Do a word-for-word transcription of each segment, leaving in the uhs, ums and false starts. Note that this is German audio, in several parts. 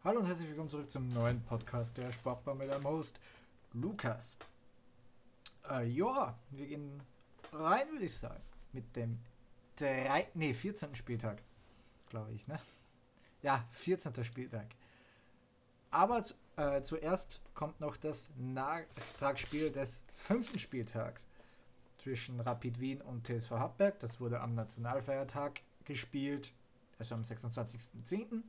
Hallo und herzlich willkommen zurück zum neuen Podcast der Sportbar mit einem Host Lukas. Äh, ja, wir gehen rein, würde ich sagen, mit dem drei, nee, vierzehnten Spieltag, glaube ich, ne? Ja, vierzehnten Spieltag. Aber äh, zuerst kommt noch das Nachtragsspiel des fünften Spieltags zwischen Rapid Wien und T S V Hartberg. Das wurde am Nationalfeiertag gespielt, also am sechsundzwanzigsten zehnten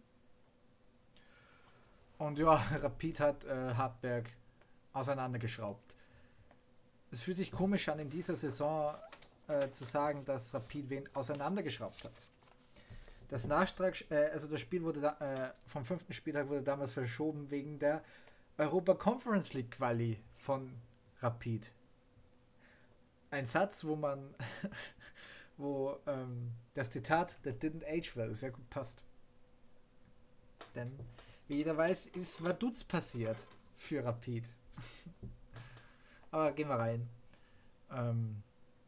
Und ja, Rapid hat äh, Hartberg auseinandergeschraubt. Es fühlt sich komisch an, in dieser Saison äh, zu sagen, dass Rapid wen auseinandergeschraubt hat. Das Nachtrag, äh, also das Spiel wurde da, äh, vom fünften Spieltag wurde damals verschoben wegen der Europa Conference League Quali von Rapid. Ein Satz, wo man, wo ähm, das Zitat that didn't age well sehr gut passt. Denn wie jeder weiß, ist Vaduz passiert für Rapid. Aber gehen wir rein. Ähm,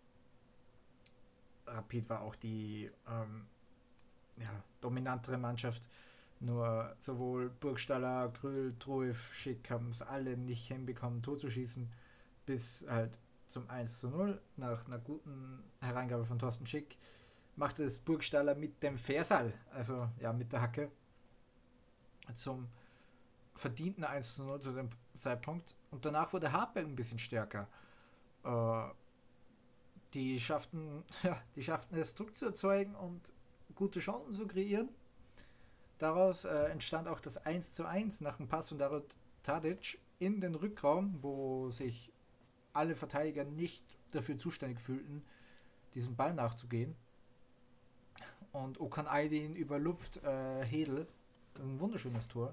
Rapid war auch die ähm, ja, dominantere Mannschaft. Nur sowohl Burgstaller, Krüll, Truif, Schick haben es alle nicht hinbekommen, Tor zu schießen. Bis halt zum eins zu null nach einer guten Hereingabe von Thorsten Schick machte es Burgstaller mit dem Versal, also ja mit der Hacke, zum verdienten eins zu null zu dem Zeitpunkt. Und danach wurde Hartberg ein bisschen stärker. Äh, die schafften, ja, die schafften es, Druck zu erzeugen und gute Chancen zu kreieren. Daraus äh, entstand auch das eins zu eins nach dem Pass von Darut Tadic in den Rückraum, wo sich alle Verteidiger nicht dafür zuständig fühlten, diesem Ball nachzugehen. Und Okan Aydin überlupft äh, Hedel. Ein wunderschönes Tor.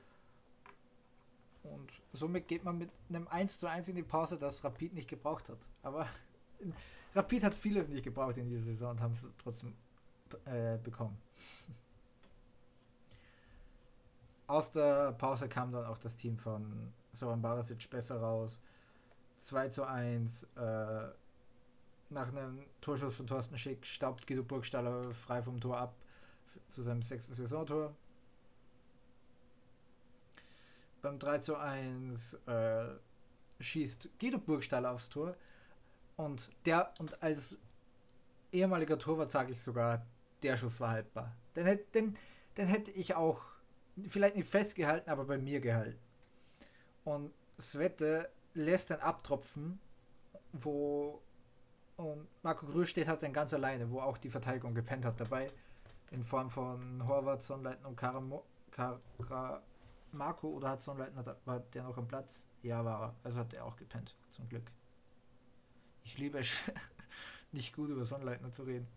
Und somit geht man mit einem eins zu eins in die Pause, das Rapid nicht gebraucht hat. Aber Rapid hat vieles nicht gebraucht in dieser Saison und haben es trotzdem äh, bekommen. Aus der Pause kam dann auch das Team von Soran Barasic besser raus. zwei zu eins. Äh, nach einem Torschuss von Thorsten Schick staubt Guido Burgstaller frei vom Tor ab zu seinem sechsten Saisontor. Beim drei zu eins äh, schießt Guido Burgstaller aufs Tor. Und der, und als ehemaliger Torwart sage ich sogar, der Schuss war haltbar. Den, den, den hätte ich auch vielleicht nicht festgehalten, aber bei mir gehalten. Und Svette lässt dann abtropfen, wo und Marco Grüß steht halt dann ganz alleine, wo auch die Verteidigung gepennt hat dabei, in Form von Horvath, Sonnleitner und Karamo, Kara, Marco, oder hat Sonnleitner, war der noch am Platz? Ja, war er. Also hat er auch gepennt, zum Glück. Ich liebe es, nicht gut über Sonnleitner zu reden.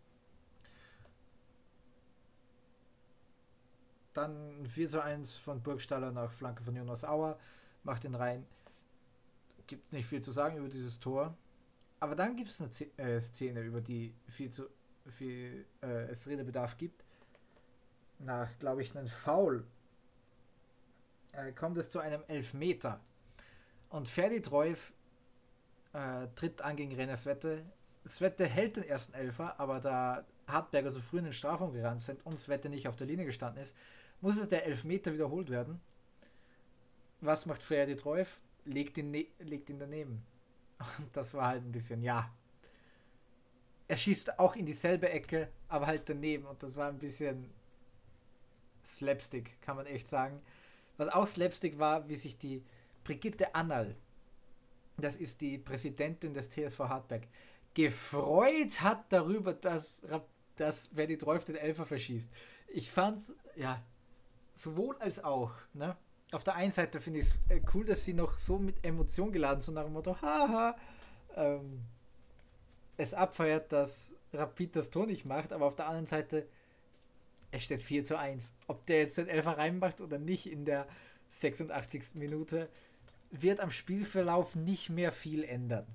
Dann vier zu eins von Burgstaller nach Flanke von Jonas Auer, macht den rein. Gibt nicht viel zu sagen über dieses Tor. Aber dann gibt es eine Z- äh, Szene, über die viel zu viel äh, es Redebedarf gibt. Nach, glaube ich, einem Foul äh, kommt es zu einem Elfmeter. Und Ferdi Treuf äh, tritt an gegen René Svette. Svette hält den ersten Elfer, aber da Hartberger so früh in den Strafraum gerannt sind und Svette nicht auf der Linie gestanden ist, musste der Elfmeter wiederholt werden. Was macht Ferdi Treuf? Legt ihn, ne- legt ihn daneben. Und das war halt ein bisschen, ja. Er schießt auch in dieselbe Ecke, aber halt daneben. Und das war ein bisschen Slapstick, kann man echt sagen. Was auch Slapstick war, wie sich die Brigitte Annal, das ist die Präsidentin des T S V Hartberg, gefreut hat darüber, dass, dass wer die Treuf den Elfer verschießt. Ich fand's, ja, sowohl als auch, ne? Auf der einen Seite finde ich es äh, cool, dass sie noch so mit Emotion geladen, so nach dem Motto, haha, ähm, es abfeiert, dass Rapid das Tor nicht macht, aber auf der anderen Seite, es steht vier zu eins. Ob der jetzt den Elfer reinmacht oder nicht in der sechsundachtzigsten Minute, wird am Spielverlauf nicht mehr viel ändern.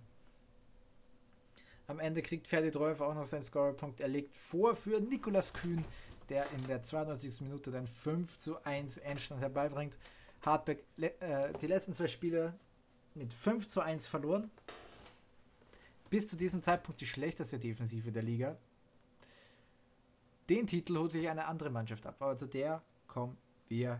Am Ende kriegt Ferdi Treuf auch noch seinen Scorerpunkt. Er legt vor für Nikolaus Kühn, der in der zweiundneunzigsten Minute dann fünf zu eins Endstand herbeibringt. Hartberg äh, die letzten zwei Spiele mit fünf zu eins verloren. Bis zu diesem Zeitpunkt die schlechteste Defensive der Liga. Den Titel holt sich eine andere Mannschaft ab, aber zu der kommen wir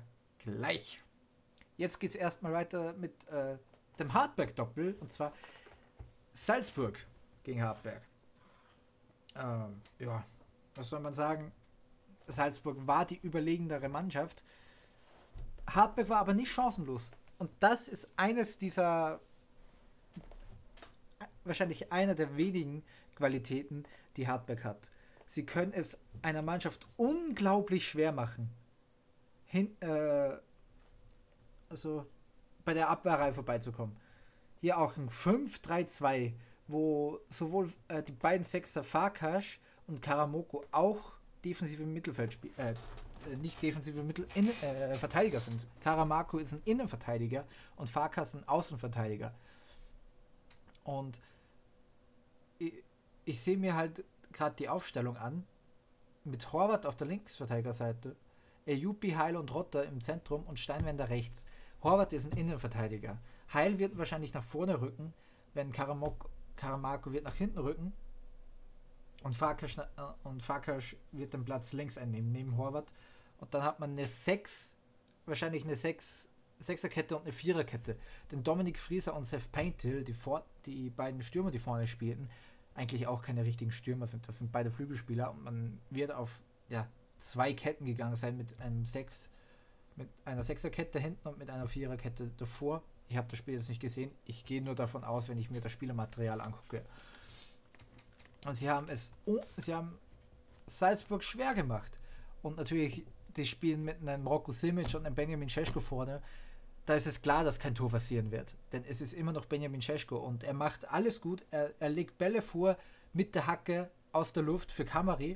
gleich. Jetzt geht es erstmal weiter mit äh, dem Hartberg-Doppel, und zwar Salzburg gegen Hartberg. Ähm, ja, was soll man sagen? Salzburg war die überlegendere Mannschaft. Hartberg war aber nicht chancenlos. Und das ist eines dieser, wahrscheinlich einer der wenigen Qualitäten, die Hartberg hat. Sie können es einer Mannschaft unglaublich schwer machen, hin, äh, also bei der Abwehrreihe vorbeizukommen. Hier auch ein fünf drei zwei, wo sowohl äh, die beiden Sechser Farkas und Karamoko auch defensive Mittelfeld spielen, äh, nicht defensive Mittel in, äh, Verteidiger sind. Karamako ist ein Innenverteidiger und Farkas ein Außenverteidiger. Und ich, ich sehe mir halt gerade die Aufstellung an, mit Horvath auf der Linksverteidigerseite, Ejupi, Heil und Rotter im Zentrum und Steinwender rechts. Horvath ist ein Innenverteidiger. Heil wird wahrscheinlich nach vorne rücken, wenn Karamoko, Karamako wird nach hinten rücken und Farkas, äh, und Farkas wird den Platz links einnehmen, neben Horvath. Und dann hat man eine sechs, wahrscheinlich eine sechs, Sechserkette und eine Viererkette. Denn Dominik Frieser und Seth Paintil, die, vor, die beiden Stürmer, die vorne spielten, eigentlich auch keine richtigen Stürmer sind. Das sind beide Flügelspieler und man wird auf ja, zwei Ketten gegangen sein mit einem sechs, mit einer Sechserkette hinten und mit einer Viererkette davor. Ich habe das Spiel jetzt nicht gesehen. Ich gehe nur davon aus, wenn ich mir das Spielermaterial angucke. Und sie haben es, oh, sie haben Salzburg schwer gemacht. Und natürlich, die spielen mit einem Rocco Simic und einem Benjamin Šeško vorne. Da ist es klar, dass kein Tor passieren wird. Denn es ist immer noch Benjamin Šeško und er macht alles gut. Er, er legt Bälle vor mit der Hacke aus der Luft für Kamari.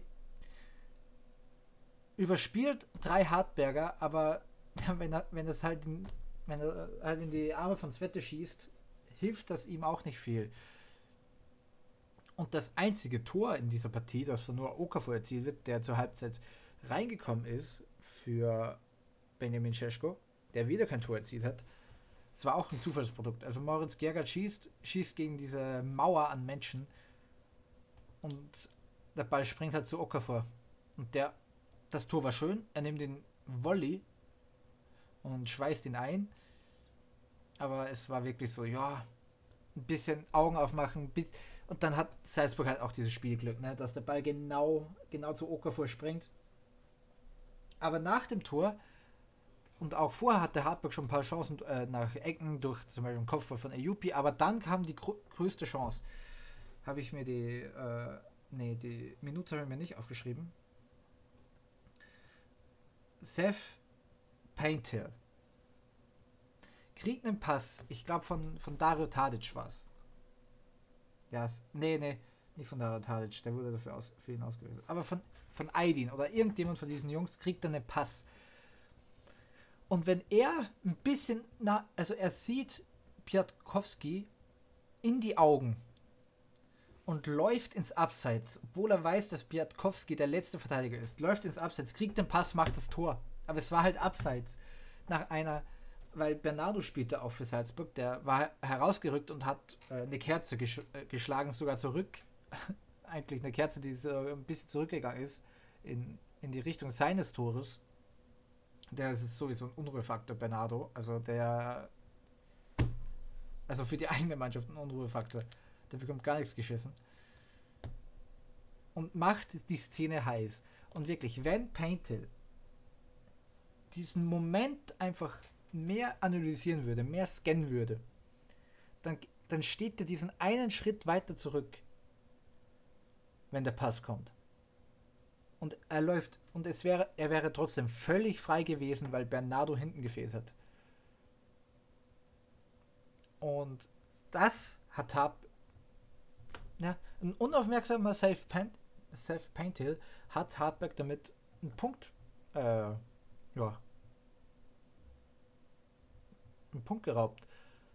Überspielt drei Hartberger, aber wenn er, wenn das halt in, wenn er halt in die Arme von Svette schießt, hilft das ihm auch nicht viel. Und das einzige Tor in dieser Partie, das von Noah Okafor erzielt wird, der zur Halbzeit reingekommen ist für Benjamin Šeško, der wieder kein Tor erzielt hat, es war auch ein Zufallsprodukt. Also Moritz Gergert schießt, schießt gegen diese Mauer an Menschen und der Ball springt halt zu Okafor. Und der, das Tor war schön, er nimmt den Volley und schweißt ihn ein, aber es war wirklich so, ja, ein bisschen Augen aufmachen, und dann hat Salzburg halt auch dieses Spielglück, ne, dass der Ball genau, genau zu Okafor springt. Aber nach dem Tor und auch vorher hatte Hartberg schon ein paar Chancen äh, nach Ecken durch zum Beispiel den Kopfball von Ejupi, aber dann kam die gr- größte Chance. Habe ich mir die, äh, nee, die Minute habe ich mir nicht aufgeschrieben. Seth Paintil kriegt einen Pass, ich glaube von, von Dario Tadic war es. Ja, nee, nee, nicht von Dario Tadic, der wurde dafür aus, für ihn ausgewählt. Aber von, von Aydin oder irgendjemand von diesen Jungs kriegt dann einen Pass. Und wenn er ein bisschen, na, also er sieht Piatkowski in die Augen und läuft ins Abseits, obwohl er weiß, dass Piatkowski der letzte Verteidiger ist, läuft ins Abseits, kriegt den Pass, macht das Tor. Aber es war halt Abseits. Nach einer, weil Bernardo spielte auch für Salzburg, der war herausgerückt und hat äh, eine Kerze gesch- äh, geschlagen, sogar zurück. Eigentlich eine Kerze, die so ein bisschen zurückgegangen ist in, in die Richtung seines Tores. Der ist sowieso ein Unruhefaktor, Bernardo. Also der, also für die eigene Mannschaft ein Unruhefaktor. Der bekommt gar nichts geschissen. Und macht die Szene heiß. Und wirklich, wenn Paintil diesen Moment einfach mehr analysieren würde, mehr scannen würde, dann, dann steht er diesen einen Schritt weiter zurück, wenn der Pass kommt. Und er läuft, und es wäre, er wäre trotzdem völlig frei gewesen, weil Bernardo hinten gefehlt hat. Und das hat Hab, ja, ein unaufmerksamer Seth Paintil hat Hartberg damit einen Punkt, äh, ja, einen Punkt geraubt.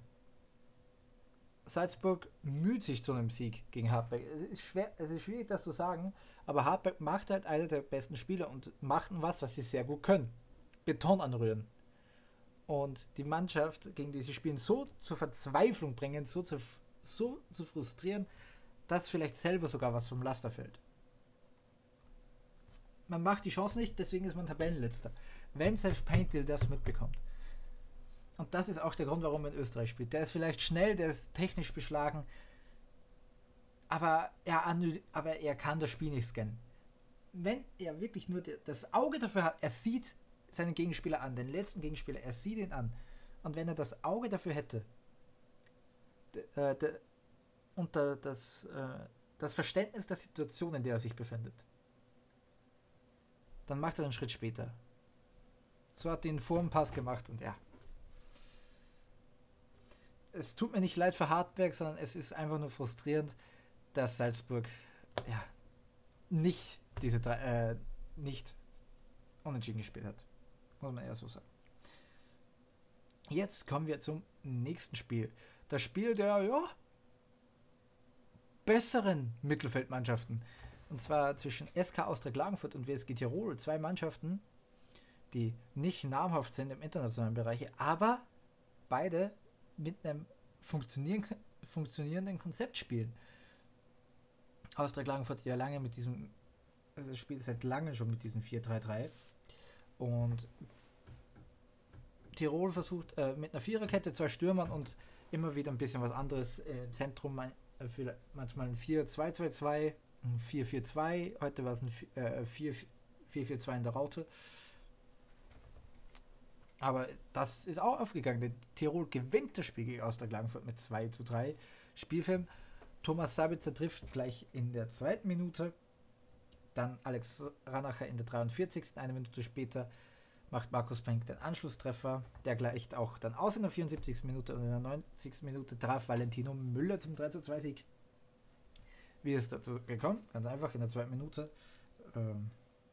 Salzburg müht sich zu einem Sieg gegen Hartberg. Es ist, schwer, es ist schwierig, das zu sagen, aber Hartberg macht halt einer der besten Spieler und machten was, was sie sehr gut können. Beton anrühren. Und die Mannschaft, gegen die sie spielen, so zur Verzweiflung bringen, so zu, so zu frustrieren, dass vielleicht selber sogar was vom Laster fällt. man macht die Chance nicht, deswegen ist man Tabellenletzter. Wenn selbst Paintil das mitbekommt. Und das ist auch der Grund, warum er in Österreich spielt. Der ist vielleicht schnell, der ist technisch beschlagen, aber er, aber er kann das Spiel nicht scannen. Wenn er wirklich nur das Auge dafür hat, er sieht seinen Gegenspieler an, den letzten Gegenspieler, er sieht ihn an. Und wenn er das Auge dafür hätte, d- äh, d- und da, das, äh, das Verständnis der Situation, in der er sich befindet, dann macht er einen Schritt später. So hat er ihn vor dem Pass gemacht und ja. Es tut mir nicht leid für Hartberg, sondern es ist einfach nur frustrierend, dass Salzburg ja nicht diese drei, äh, nicht unentschieden gespielt hat. Muss man eher so sagen. Jetzt kommen wir zum nächsten Spiel. Das Spiel der, ja, besseren Mittelfeldmannschaften. Und zwar zwischen S K Austria Klagenfurt und W S G Tirol. Zwei Mannschaften, die nicht namhaft sind im internationalen Bereich, aber beide mit einem funktionieren, funktionierenden Konzept spielen. Austria Klagenfurt ja lange mit diesem, also das Spiel seit langem schon mit diesem vier drei drei. Und Tirol versucht äh, mit einer Viererkette, zwei Stürmern und immer wieder ein bisschen was anderes äh, im Zentrum. Äh, manchmal ein vier zwei zwei zwei, ein vier vier zwei, heute war es ein äh, vier vier zwei in der Raute. Aber das ist auch aufgegangen, denn Tirol gewinnt das Spiel gegen Austria Klagenfurt mit zwei zu drei. Spielfilm: Thomas Sabitzer trifft gleich in der zweiten Minute. Dann Alex Ranacher in der dreiundvierzigsten Eine Minute später macht Markus Penk den Anschlusstreffer. Der gleicht auch dann aus in der vierundsiebzigsten Minute und in der neunzigsten Minute traf Valentino Müller zum drei zu zwei Sieg. Wie ist es dazu gekommen? Ganz einfach, in der zweiten Minute. Ähm,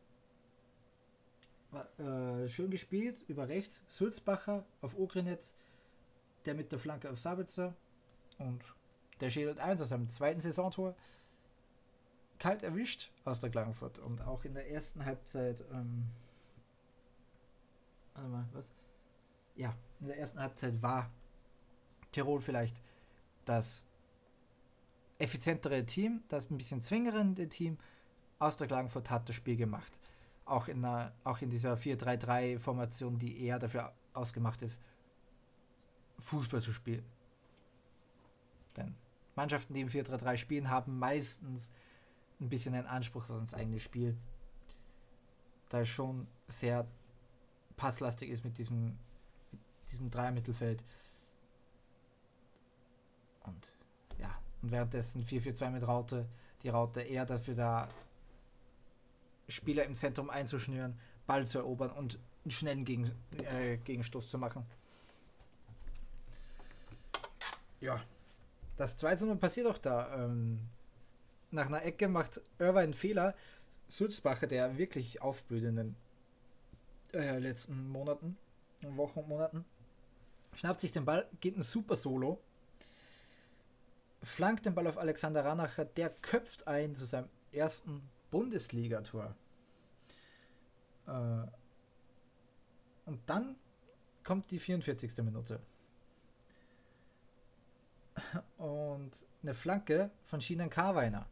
äh, schön gespielt, über rechts. Sulzbacher auf Ogrinetz, der mit der Flanke auf Sabitzer. Und der schädelt eins aus seinem zweiten Saisontor. Kalt erwischt aus der Klagenfurt. Und auch in der ersten Halbzeit ähm, warte mal, was? Ja, in der ersten Halbzeit war Tirol vielleicht das effizientere Team, das ein bisschen zwingerende Team. Austria Klagenfurt hat das Spiel gemacht. Auch in, einer, auch in dieser vier drei drei Formation, die eher dafür ausgemacht ist, Fußball zu spielen. Denn Mannschaften, die im vier drei drei spielen, haben meistens ein bisschen einen Anspruch ans eigene Spiel. Da es schon sehr passlastig ist mit diesem, diesem Dreier-Mittelfeld. Und ja, und währenddessen vier vier zwei mit Raute, die Raute eher dafür da, Spieler im Zentrum einzuschnüren, Ball zu erobern und einen schnellen Gegen, äh, Gegenstoß zu machen. Ja, das zwei zu null passiert auch da. Ähm, nach einer Ecke macht Irvine einen Fehler. Sulzbacher, der wirklich aufblüht in den äh, letzten Monaten, Wochen und Monaten, schnappt sich den Ball, geht ein super Solo, flankt den Ball auf Alexander Ranacher, der köpft ein zu seinem ersten Bundesligator. Äh, und dann kommt die vierundvierzigste Minute. Und eine Flanke von Shinan Karweiner.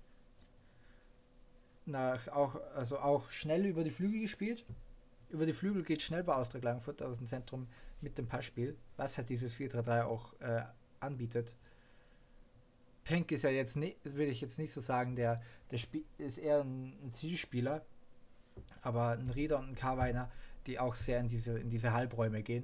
Nach auch, also auch schnell über die Flügel gespielt. Über die Flügel geht schnell bei Austria Klagenfurt aus dem Zentrum mit dem Passspiel, was halt dieses vier drei drei auch äh, anbietet. Penk ist ja jetzt nicht, würde ich jetzt nicht so sagen, der, der Spiel ist eher ein, ein Zielspieler, aber ein Rieder und ein Karweiner, die auch sehr in diese, in diese Halbräume gehen.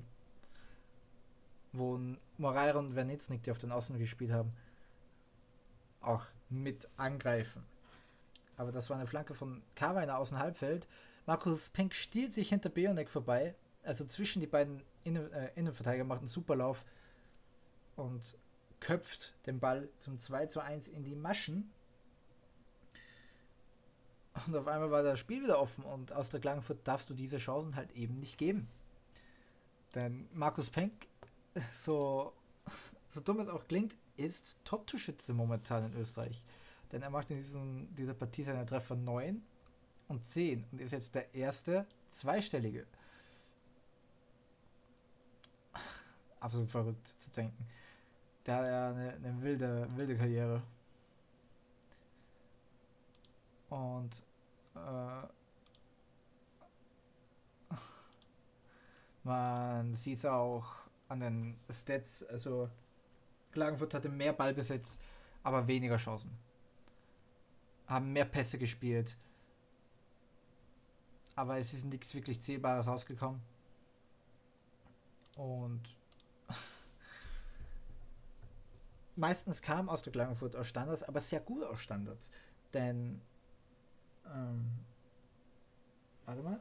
Wo ein Moreira und Wernitznik, die auf den Außen gespielt haben, auch mit angreifen. Aber das war eine Flanke von Karweiner aus dem Halbfeld. Markus Penk stiehlt sich hinter Bionek vorbei, also zwischen die beiden Innen, äh, Innenverteidiger, macht einen Superlauf und köpft den Ball zum zwei zu eins in die Maschen. Und auf einmal war das Spiel wieder offen und aus der Klagenfurt darfst du diese Chancen halt eben nicht geben. Denn Markus Penk, so, so dumm es auch klingt, ist Top-Torschütze momentan in Österreich. Denn er macht in diesen, dieser Partie seine Treffer neun und zehn und ist jetzt der erste zweistellige. Absolut verrückt zu denken. Der hat ja eine, eine wilde, wilde Karriere. Und äh, Man sieht es auch an den Stats, also Klagenfurt hatte mehr Ballbesitz, aber weniger Chancen. Haben mehr Pässe gespielt, aber es ist nichts wirklich Zählbares rausgekommen. Und meistens kam aus der Klagenfurt aus Standards, aber sehr gut aus Standards. Denn, ähm, warte mal.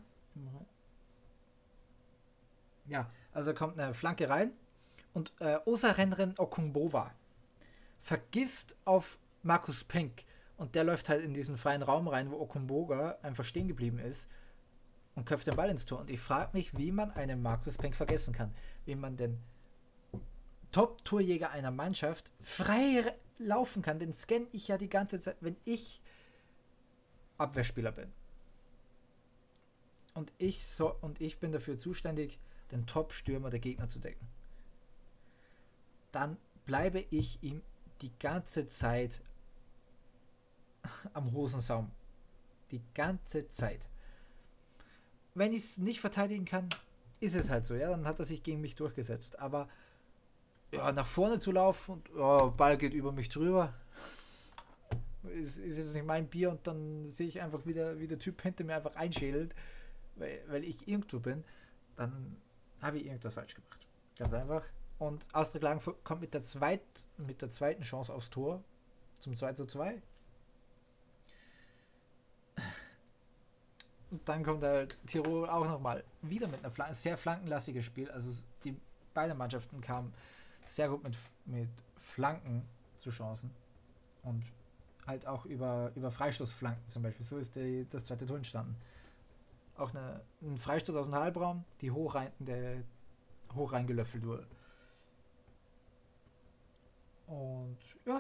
Ja, also kommt eine Flanke rein und äh, Osarenren Okunbova vergisst auf Markus Pink und der läuft halt in diesen freien Raum rein, wo Okunboga einfach stehen geblieben ist und köpft den Ball ins Tor. Und ich frage mich, wie man einen Markus Pink vergessen kann. Wie man den Top-Torjäger einer Mannschaft frei laufen kann. Den scanne ich ja die ganze Zeit, wenn ich Abwehrspieler bin. Und ich, so, und ich bin dafür zuständig, den Top-Stürmer der Gegner zu decken. Dann bleibe ich ihm die ganze Zeit am Hosensaum. Die ganze Zeit. Wenn ich es nicht verteidigen kann, ist es halt so. Ja, dann hat er sich gegen mich durchgesetzt. Aber ja, nach vorne zu laufen und oh, Ball geht über mich drüber, ist, ist jetzt nicht mein Bier und dann sehe ich einfach, wie der, wie der Typ hinter mir einfach einschädelt, weil, weil ich irgendwo bin, dann habe ich irgendwas falsch gemacht. Ganz einfach. Und Austria Klagenfurt kommt mit der, zweit, mit der zweiten Chance aufs Tor zum zwei zu zwei. Und dann kommt halt Tirol auch nochmal wieder mit einer Flanke, sehr flankenlastiges Spiel. Also die beiden Mannschaften kamen sehr gut mit, mit Flanken zu Chancen. Und halt auch über, über Freistoßflanken zum Beispiel. So ist die, das zweite Tor entstanden. Auch eine, ein Freistoß aus dem Halbraum, die hoch, rein, der, hoch reingelöffelt wurde. Und ja.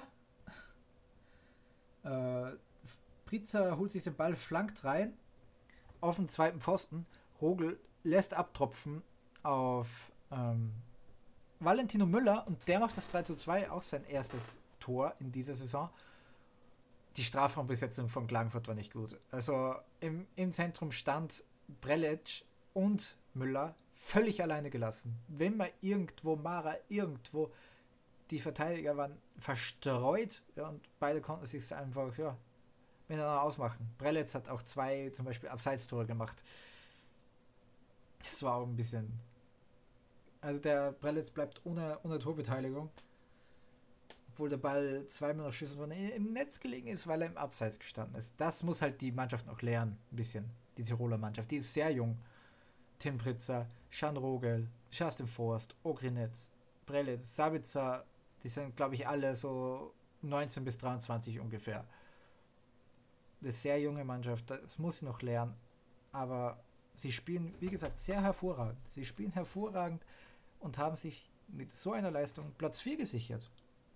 Äh, Priza holt sich den Ball, flankt rein auf den zweiten Pfosten. Rogel lässt abtropfen auf ähm, Valentino Müller und der macht das drei zu zwei, auch sein erstes Tor in dieser Saison. Die Strafraumbesetzung von Klagenfurt war nicht gut. Also im, im Zentrum stand Brelic und Müller völlig alleine gelassen. Wenn man irgendwo, Mara irgendwo, die Verteidiger waren verstreut, ja, und beide konnten sich einfach ja, miteinander ausmachen. Brelic hat auch zwei zum Beispiel Abseitstore gemacht. Das war auch ein bisschen... Also der Brelic bleibt ohne, ohne Torbeteiligung, obwohl der Ball zweimal nach Schüssen von im Netz gelegen ist, weil er im Abseits gestanden ist. Das muss halt die Mannschaft noch lernen, ein bisschen. Die Tiroler Mannschaft, die ist sehr jung. Tim Pritzer, Schan Rogel, Justin Forst, Ogrinetz, Brelitz, Sabitzer, die sind, glaube ich, alle so neunzehn bis dreiundzwanzig ungefähr. Das ist eine sehr junge Mannschaft, das muss sie noch lernen. Aber sie spielen, wie gesagt, sehr hervorragend. Sie spielen hervorragend und haben sich mit so einer Leistung Platz vier gesichert.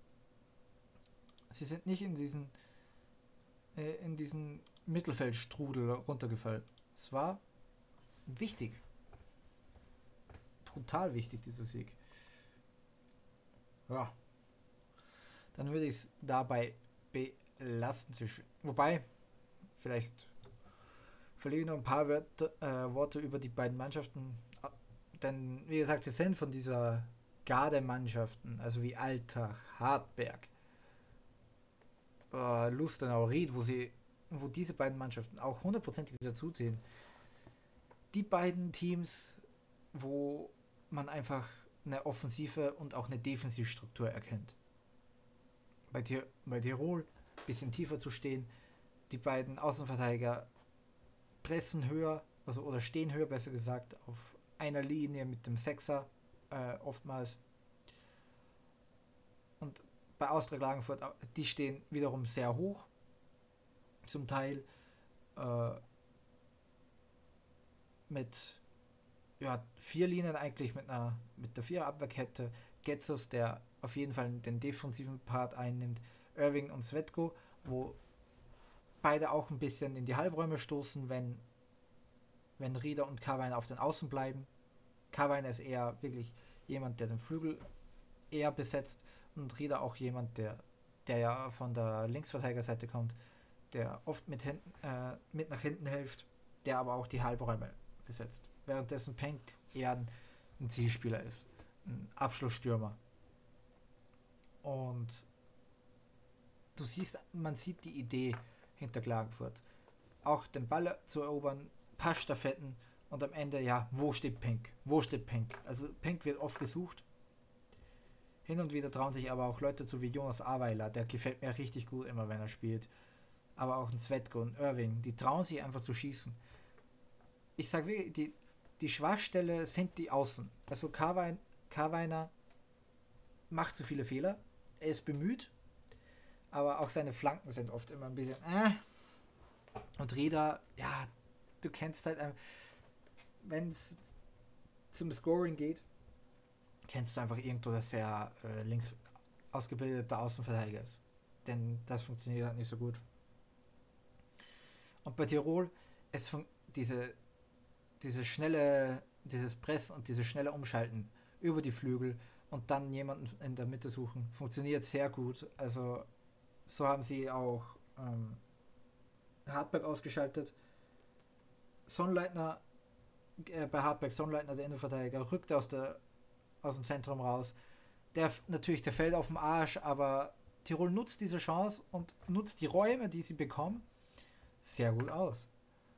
Sie sind nicht in diesen äh, in diesen Mittelfeldstrudel runtergefallen. Es war wichtig. Brutal wichtig, dieser Sieg. Ja. Dann würde ich es dabei belassen. Wobei, vielleicht verliere ich noch ein paar Wörter, äh, Worte über die beiden Mannschaften. Denn, wie gesagt, sie sind von dieser Garde-Mannschaften, also wie Altach, Hartberg, äh, Lustenau, Ried, wo sie, wo diese beiden Mannschaften auch hundertprozentig dazuzählen. Die beiden Teams, wo man einfach eine offensive und auch eine Defensivstruktur erkennt. Bei, Tir- bei Tirol ein bisschen tiefer zu stehen, die beiden Außenverteidiger pressen höher, also oder stehen höher, besser gesagt, auf einer Linie mit dem Sechser äh, oftmals. Und bei Austria Klagenfurt, die stehen wiederum sehr hoch, zum Teil äh, mit ja, vier Linien eigentlich, mit einer mit der Viererabwehrkette. Getzers, der auf jeden Fall den defensiven Part einnimmt, Irving und Svetko, wo beide auch ein bisschen in die Halbräume stoßen, wenn wenn Rieder und Karwein auf den Außen bleiben. Karwein ist eher wirklich jemand, der den Flügel eher besetzt und Rieder auch jemand, der der ja von der Linksverteidigerseite kommt, der oft mit, hinten, äh, mit nach hinten hilft, der aber auch die Halbräume besetzt. Währenddessen Penk eher ein ein Zielspieler ist, ein Abschlussstürmer. Und du siehst, man sieht die Idee hinter Klagenfurt. Auch den Ball zu erobern, Passstaffetten und am Ende, ja, wo steht Pink? Wo steht Pink? Also Pink wird oft gesucht. Hin und wieder trauen sich aber auch Leute zu wie Jonas Aweiler, der gefällt mir richtig gut immer, wenn er spielt. Aber auch ein Svetko und Irving, die trauen sich einfach zu schießen. Ich sag wirklich, die, die Schwachstelle sind die Außen. Also Karwein, Karweiner macht zu viele Fehler. Er ist bemüht, aber auch seine Flanken sind oft immer ein bisschen äh. Und Rieder, ja, du kennst halt, wenn es zum Scoring geht, kennst du einfach irgendwo, dass er äh, links ausgebildeter Außenverteidiger ist. Denn das funktioniert halt nicht so gut. Und bei Tirol, es fun- diese, diese schnelle, dieses Pressen und dieses schnelle Umschalten über die Flügel und dann jemanden in der Mitte suchen, funktioniert sehr gut. Also so haben sie auch ähm, Hartberg ausgeschaltet. Sonnleitner, äh, bei Hartberg Sonnleitner, der Innenverteidiger, rückt aus, der, aus dem Zentrum raus. Der natürlich, der fällt auf den Arsch, aber Tirol nutzt diese Chance und nutzt die Räume, die sie bekommen, sehr gut aus.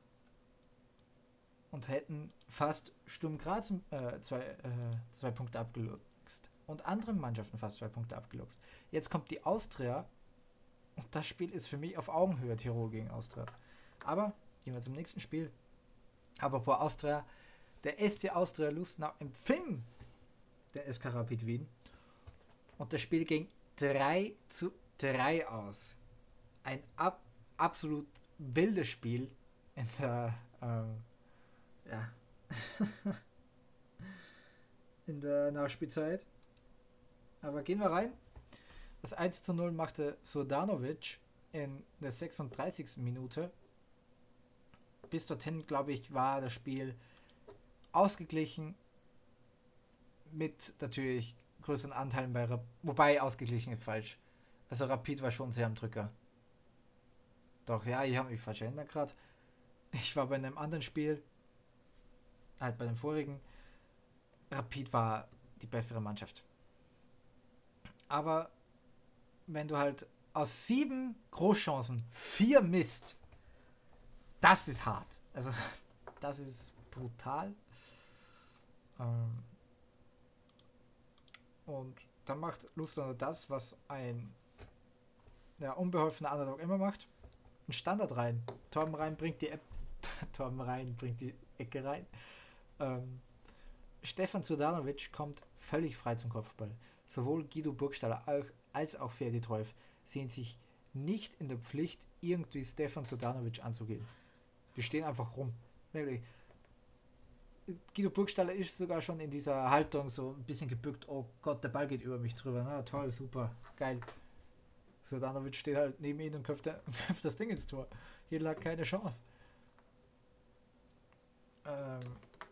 Und hätten fast Sturm Graz äh, zwei, äh, zwei Punkte abgeluchst. Und anderen Mannschaften fast zwei Punkte abgeluchst. Jetzt kommt die Austria und das Spiel ist für mich auf Augenhöhe, Tirol gegen Austria. Aber gehen wir zum nächsten Spiel. Aber vor Austria, der S C Austria Lustenau empfing der S K Rapid Wien. Und das Spiel ging drei zu drei aus. Ein ab, absolut wildes Spiel in der ähm, ja in der Nachspielzeit. Aber gehen wir rein. Das eins zu null machte Surdanovic in der sechsunddreißigsten Minute. Bis dorthin, glaube ich, war das Spiel ausgeglichen mit natürlich größeren Anteilen bei Rapid. Wobei ausgeglichen ist falsch. Also Rapid war schon sehr am Drücker. Doch, ja, ich habe mich falsch erinnert gerade. Ich war bei einem anderen Spiel, halt bei dem vorigen. Rapid war die bessere Mannschaft. Aber wenn du halt aus sieben Großchancen vier misst, das ist hart. Also, das ist brutal. Ähm und dann macht Lustenau das, was ein ja, unbeholfener Underdog immer macht. Ein Standard rein. Torben rein bringt die App. Torben rein bringt die Ecke rein. Ähm, Stefan Zurdanovic kommt völlig frei zum Kopfball. Sowohl Guido Burgstaller als auch Ferdi Treuf sehen sich nicht in der Pflicht, irgendwie Stefan Zurdanovic anzugehen. Die stehen einfach rum. Wirklich. Guido Burgstaller ist sogar schon in dieser Haltung so ein bisschen gebückt. Oh Gott, der Ball geht über mich drüber. Na toll, super, geil. Zurdanovic steht halt neben ihm und köpft, köpft das Ding ins Tor. Hier lag keine Chance. Ähm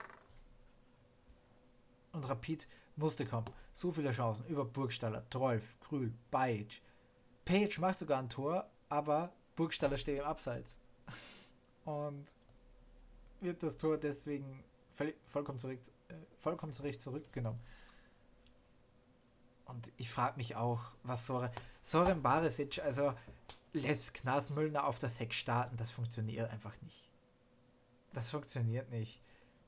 und Rapid musste kommen. So viele Chancen über Burgstaller, Treuf, Krühl, Bajic. Page macht sogar ein Tor, aber Burgstaller steht im Abseits. Und wird das Tor deswegen vollkommen, zurück, äh, vollkommen zurecht zurückgenommen. Und ich frage mich auch, was Soren, Soren Barisic, also lässt Knas Müllner auf der sechs starten, das funktioniert einfach nicht. Das funktioniert nicht.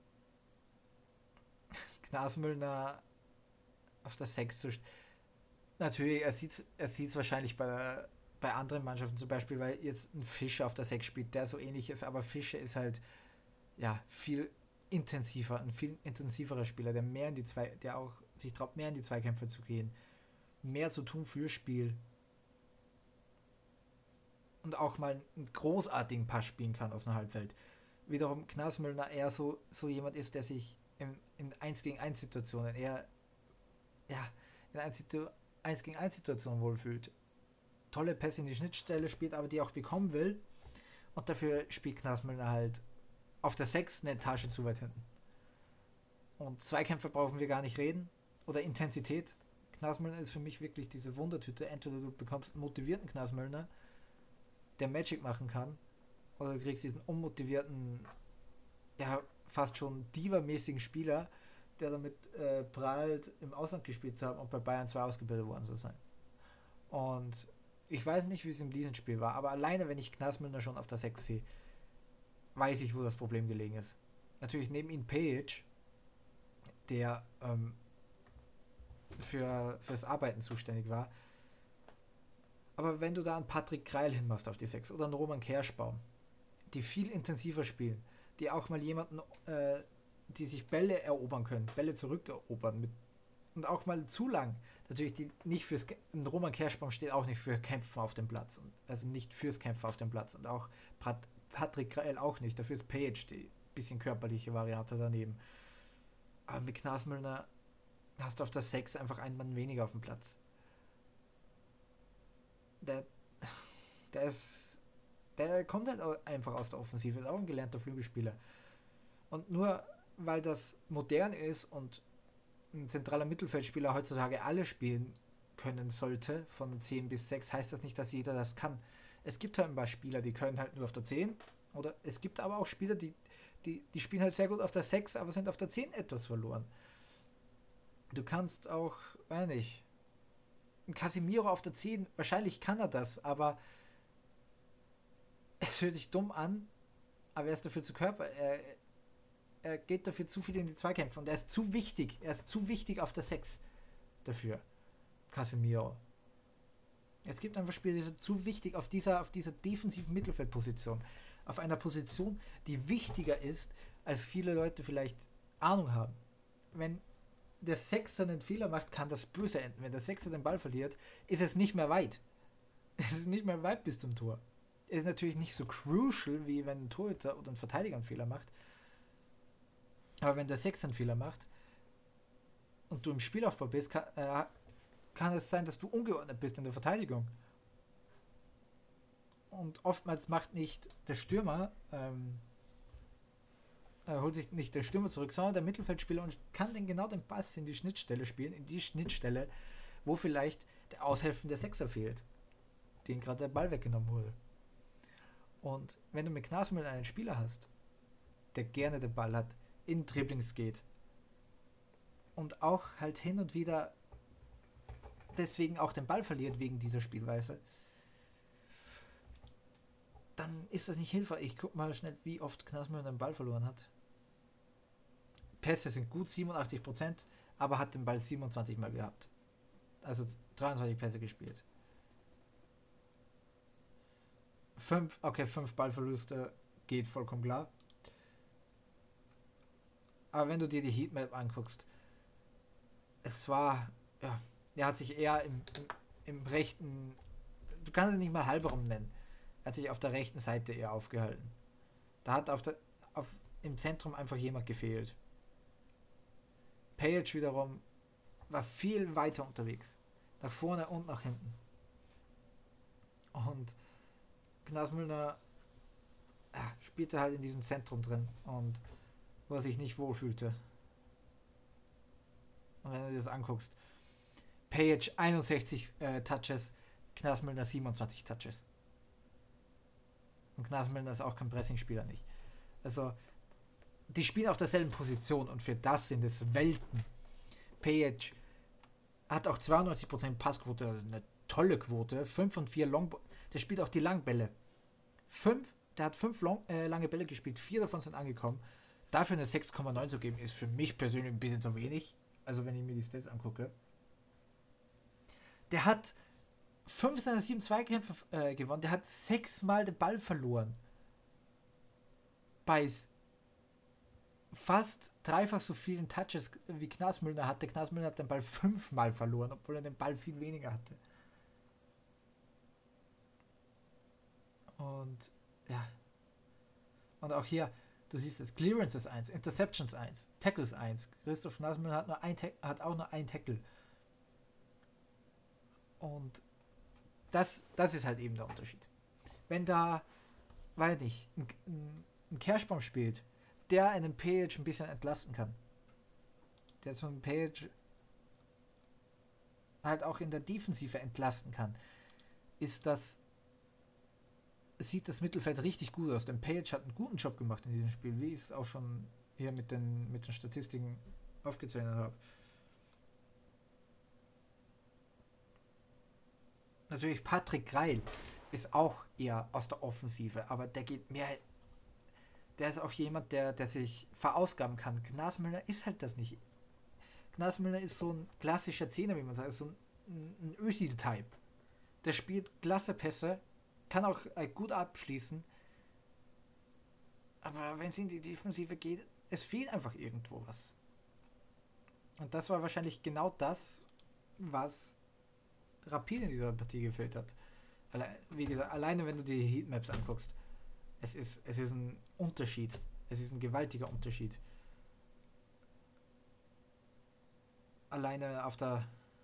Knas Müllner auf der sechs zu starten. Natürlich, er sieht es er sieht's wahrscheinlich bei, bei anderen Mannschaften zum Beispiel, weil jetzt ein Fischer auf der sechs spielt, der so ähnlich ist, aber Fischer ist halt ja viel intensiver, ein viel intensiverer Spieler, der mehr in die zwei, der auch sich traut, mehr in die Zweikämpfe zu gehen, mehr zu tun für Spiel und auch mal einen großartigen Pass spielen kann aus dem Halbfeld. Wiederum Knasmüllner eher so, so jemand ist, der sich in, in eins gegen eins Situationen eher ja, in eins gegen eins Situationen wohlfühlt. Tolle Pässe in die Schnittstelle spielt, aber die auch bekommen will. Und dafür spielt Knasmüllner halt auf der sechs eine Etage zu weit hinten. Und Zweikämpfe brauchen wir gar nicht reden. Oder Intensität. Knasmüllner ist für mich wirklich diese Wundertüte. Entweder du bekommst einen motivierten Knasmüllner, der Magic machen kann, oder du kriegst diesen unmotivierten, ja, fast schon Diva-mäßigen Spieler, der damit äh, prahlt, im Ausland gespielt zu haben und bei Bayern zwei ausgebildet worden zu sein. Und ich weiß nicht, wie es in diesem Spiel war, aber alleine, wenn ich Knasmüller schon auf der sechs sehe, weiß ich, wo das Problem gelegen ist. Natürlich neben ihm Page, der ähm, für fürs Arbeiten zuständig war. Aber wenn du da einen Patrick Kreil hinmachst auf die sechs oder einen Roman Kerschbaum, die viel intensiver spielen, die auch mal jemanden, äh, die sich Bälle erobern können, Bälle zurückerobern mit, und auch mal zu lang. Natürlich, die nicht fürs ein Roman Kerschbaum steht auch nicht für Kämpfen auf dem Platz. Und, also nicht fürs Kämpfen auf dem Platz. Und auch Pat, Patrick Kreil auch nicht. Dafür ist Page die bisschen körperliche Variante daneben. Aber mit Knasmüllner hast du auf der sechs einfach einen Mann weniger auf dem Platz. Der, der ist, der kommt halt einfach aus der Offensive, ist auch ein gelernter Flügelspieler. Und nur weil das modern ist und ein zentraler Mittelfeldspieler heutzutage alle spielen können sollte, von zehn bis sechs, heißt das nicht, dass jeder das kann. Es gibt halt ein paar Spieler, die können halt nur auf der zehn, oder es gibt aber auch Spieler, die, die, die spielen halt sehr gut auf der sechs, aber sind auf der zehn etwas verloren. Du kannst auch, weiß nicht, ein Casemiro auf der zehn, wahrscheinlich kann er das, aber es hört sich dumm an, aber er ist dafür zu Körper, er, er geht dafür zu viel in die Zweikämpfe und er ist zu wichtig, er ist zu wichtig auf der sechs dafür, Casemiro. Es gibt einfach Spieler, die sind zu wichtig auf dieser, auf dieser defensiven Mittelfeldposition, auf einer Position, die wichtiger ist, als viele Leute vielleicht Ahnung haben. Wenn der Sechser einen Fehler macht, kann das böse enden. Wenn der Sechser den Ball verliert, ist es nicht mehr weit. Es ist nicht mehr weit bis zum Tor. Es ist natürlich nicht so crucial, wie wenn ein Torhüter oder ein Verteidiger einen Fehler macht. Aber wenn der Sechser einen Fehler macht und du im Spielaufbau bist, kann, äh, kann es sein, dass du ungeordnet bist in der Verteidigung. Und oftmals macht nicht der Stürmer ähm, holt sich nicht der Stürmer zurück, sondern der Mittelfeldspieler und kann den genau den Pass in die Schnittstelle spielen, in die Schnittstelle, wo vielleicht der aushelfende Sechser fehlt, den gerade der Ball weggenommen wurde. Und wenn du mit Knasmüller einen Spieler hast, der gerne den Ball hat, in Dribblings geht und auch halt hin und wieder deswegen auch den Ball verliert wegen dieser Spielweise, dann ist das nicht hilfreich. Ich guck mal schnell, wie oft Knasmüller den Ball verloren hat. Pässe sind gut, siebenundachtzig Prozent, aber hat den Ball siebenundzwanzig Mal gehabt. Also dreiundzwanzig Pässe gespielt. Fünf, okay, fünf Ballverluste geht vollkommen klar. Aber wenn du dir die Heatmap anguckst, es war, ja, er hat sich eher im, im, im rechten, du kannst es nicht mal halbrum nennen, er hat sich auf der rechten Seite eher aufgehalten. Da hat auf der, auf, im Zentrum einfach jemand gefehlt. Page wiederum war viel weiter unterwegs. Nach vorne und nach hinten. Und Knasmüller ja, spielte halt in diesem Zentrum drin und wo er sich nicht wohlfühlte. Und wenn du dir das anguckst, Page einundsechzig äh, Touches, Knasmüller siebenundzwanzig Touches. Und Knasmüller ist auch kein Pressingspieler nicht. Also die spielen auf derselben Position und für das sind es Welten. Page hat auch zweiundneunzig Prozent Passquote, also eine tolle Quote. fünf und vier Long, der spielt auch die Langbälle. fünf, der hat fünf Long, äh, lange Bälle gespielt, vier davon sind angekommen. Dafür eine sechs Komma neun zu geben, ist für mich persönlich ein bisschen zu wenig. Also wenn ich mir die Stats angucke. Der hat fünf seiner sieben Zweikämpfe äh, gewonnen. Der hat sechsmal den Ball verloren. Bei fast dreifach so vielen Touches wie Knasmüller hatte. Knasmüller hat den Ball fünfmal verloren, obwohl er den Ball viel weniger hatte. Und ja. Und auch hier, du siehst es, Clearances eins, Interceptions eins, Tackles eins. Christoph Knasmüller hat, nur ein hat auch nur ein Tackle. Und das, das ist halt eben der Unterschied. Wenn da, weiß nicht, ein, ein, ein Kerschbaum spielt, der einen Page ein bisschen entlasten kann, der so einen Page halt auch in der Defensive entlasten kann, ist das, sieht das Mittelfeld richtig gut aus. Denn Page hat einen guten Job gemacht in diesem Spiel, wie ich es auch schon hier mit den, mit den Statistiken aufgezeichnet habe. Natürlich Patrick Greil ist auch eher aus der Offensive, aber der geht mehr. Der ist auch jemand, der, der sich verausgaben kann. Gnasmüller ist halt das nicht. Gnasmüller ist so ein klassischer Zehner, wie man sagt, so ein, ein Özil-Type. Der spielt klasse Pässe, kann auch äh, gut abschließen, aber wenn es in die Defensive geht, es fehlt einfach irgendwo was. Und das war wahrscheinlich genau das, was Rapid in dieser Partie gefehlt hat. Alle, wie gesagt, alleine wenn du die Heatmaps anguckst, es ist, es ist ein Unterschied. Es ist ein gewaltiger Unterschied. Alleine auf der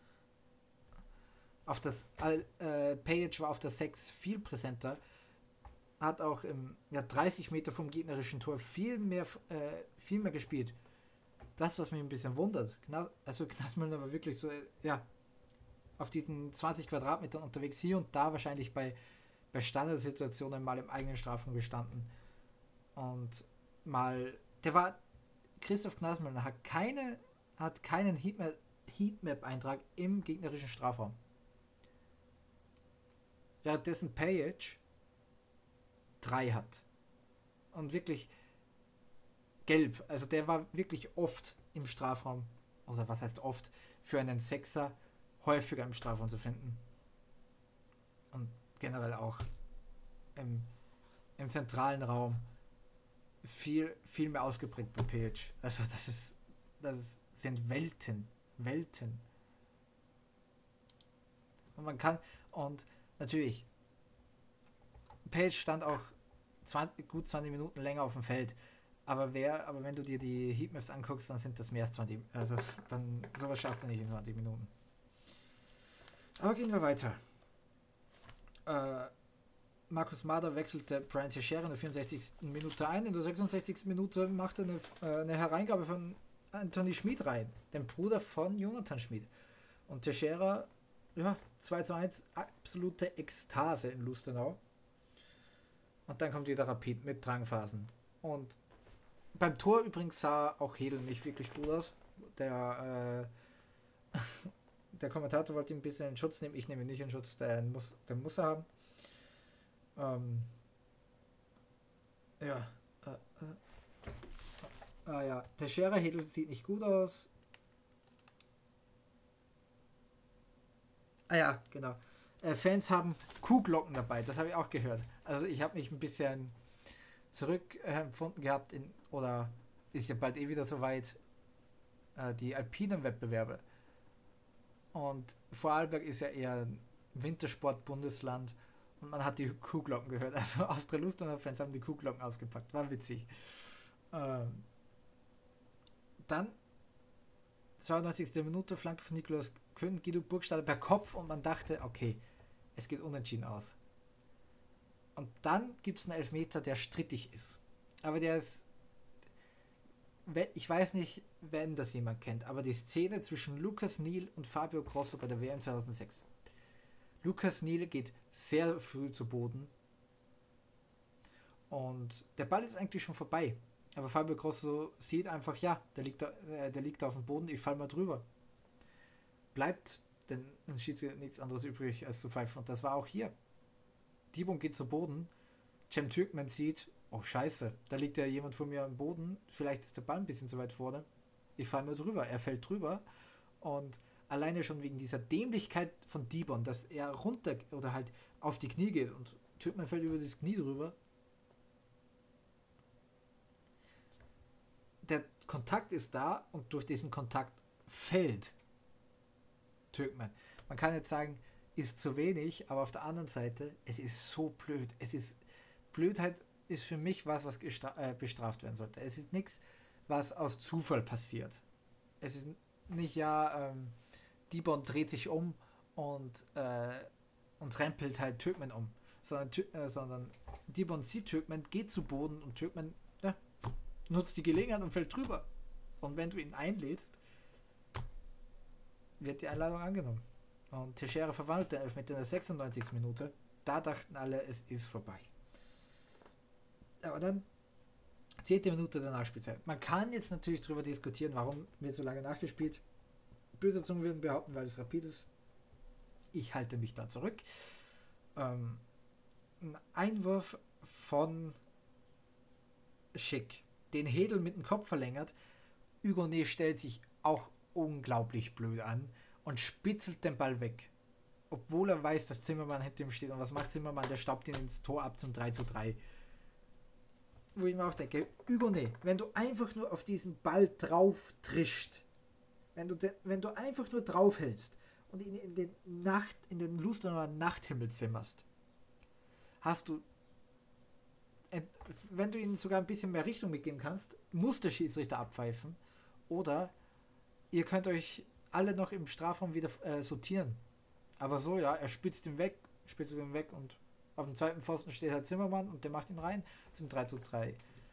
auf das äh, Page war auf der sechs viel präsenter, hat auch im, ja, dreißig Meter vom gegnerischen Tor viel mehr äh, viel mehr gespielt. Das, was mich ein bisschen wundert. Gnas, also Gnasmüller war wirklich so, ja, auf diesen zwanzig Quadratmetern unterwegs, hier und da wahrscheinlich bei, bei Standardsituationen mal im eigenen Strafraum gestanden. Und mal, der war, Christoph Gnasmüller hat keine, hat keinen Heatmap, Heatmap-Eintrag im gegnerischen Strafraum. Währenddessen Pajic drei hat. Und wirklich gelb. Also der war wirklich oft im Strafraum, oder was heißt oft, für einen Sechser häufiger im Strafraum zu finden. Und generell auch im, im zentralen Raum viel, viel mehr ausgeprägt bei Pajic. Also das ist, das ist, sind Welten. Welten. Und man kann, und natürlich, Pajic stand auch zwanzig, gut zwanzig Minuten länger auf dem Feld. Aber wer, aber wenn du dir die Heatmaps anguckst, dann sind das mehr als zwanzig. Also dann sowas schaffst du nicht in zwanzig Minuten. Aber gehen wir weiter. Äh, Markus Mader wechselte Brian Teixeira in der vierundsechzigsten Minute ein. In der sechsundsechzigsten Minute machte eine, äh, eine Hereingabe von Anthony Schmid rein, dem Bruder von Jonathan Schmid. Und Teixeira, ja, zwei zu eins, absolute Ekstase in Lustenau. Und dann kommt wieder Rapid mit Drangphasen. Und beim Tor übrigens sah auch Hedl nicht wirklich gut aus. Der, äh, der Kommentator wollte ihn ein bisschen in Schutz nehmen. Ich nehme ihn nicht in Schutz, der muss, der muss er haben. Ähm, ja. Äh, äh, ah ja, der Scherer Hedl sieht nicht gut aus. Ah ja, genau. Äh, Fans haben Kuhglocken dabei, das habe ich auch gehört. Also ich habe mich ein bisschen zurückempfunden äh, gehabt in, oder ist ja bald eh wieder soweit, äh, die alpinen Wettbewerbe. Und Vorarlberg ist ja eher ein Wintersport-Bundesland und man hat die Kuhglocken gehört. Also Austria Lustenau Fans haben die Kuhglocken ausgepackt, war witzig. Ähm, dann zweiundneunzigste Minute, Flanke von Nikolaus Köhn, Guido Burgstaller per Kopf und man dachte, okay, es geht unentschieden aus. Und dann gibt es einen Elfmeter, der strittig ist. Aber der ist, ich weiß nicht, wenn das jemand kennt, aber die Szene zwischen Lukas Niel und Fabio Grosso bei der W M zweitausendsechs. Lukas Niel geht sehr früh zu Boden und der Ball ist eigentlich schon vorbei. Aber Fabio Grosso sieht einfach, ja, der liegt da, äh, der liegt da auf dem Boden, ich fall mal drüber. Bleibt denn ein Schiedsrichter nichts anderes übrig als zu pfeifen. Und das war auch hier. Dibon geht zu Boden. Cem Türkmen sieht, oh scheiße, da liegt ja jemand vor mir am Boden. Vielleicht ist der Ball ein bisschen zu weit vorne. Ich fall mal drüber. Er fällt drüber. Und alleine schon wegen dieser Dämlichkeit von Dibon, dass er runter oder halt auf die Knie geht und Türkmen fällt über das Knie drüber. Der Kontakt ist da und durch diesen Kontakt fällt Türkmen. Man kann jetzt sagen, ist zu wenig, aber auf der anderen Seite, es ist so blöd. Es ist, Blödheit ist für mich was, was gestra- äh, bestraft werden sollte. Es ist nichts, was aus Zufall passiert. Es ist nicht, ja, ähm, Dibon dreht sich um und, äh, und rempelt halt Türkmen um, sondern, äh, sondern Dibon sieht Türkmen, geht zu Boden und Türkmen, ja, nutzt die Gelegenheit und fällt drüber. Und wenn du ihn einlädst, wird die Einladung angenommen. Und Teixeira verwandelt den Elfmeter in der sechsundneunzigsten Minute. Da dachten alle, es ist vorbei. Aber dann Zehnte Minute der Nachspielzeit. Man kann jetzt natürlich darüber diskutieren, warum wird so lange nachgespielt. Böse Zungen würden behaupten, weil es Rapid ist. Ich halte mich da zurück. Ähm, ein Einwurf von Schick, den Hedel mit dem Kopf verlängert. Hugonet stellt sich auch unglaublich blöd an und spitzelt den Ball weg. Obwohl er weiß, dass Zimmermann hinter ihm steht. Und was macht Zimmermann? Der staubt ihn ins Tor ab zum drei zu drei. Wo ich mir auch denke, Hugonet, wenn du einfach nur auf diesen Ball drauf trischt, wenn du, de, wenn du einfach nur drauf hältst und ihn in den Nacht, in den Lusterner Nachthimmel zimmerst, hast du, wenn du ihnen sogar ein bisschen mehr Richtung mitgeben kannst, muss der Schiedsrichter abpfeifen. Oder ihr könnt euch alle noch im Strafraum wieder äh, sortieren. Aber so, ja, er spitzt ihn weg, spitzt ihn weg und auf dem zweiten Pfosten steht halt Zimmermann und der macht ihn rein zum drei zu drei.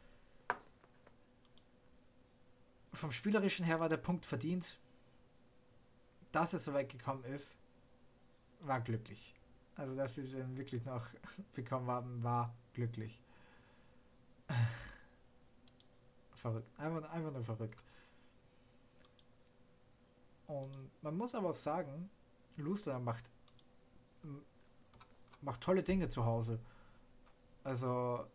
Vom Spielerischen her war der Punkt verdient. Dass es so weit gekommen ist, war glücklich. Also, dass wir es wirklich noch bekommen haben, war glücklich. Verrückt. Einfach, einfach nur verrückt. Und man muss aber auch sagen, Luster macht macht tolle Dinge zu Hause. Also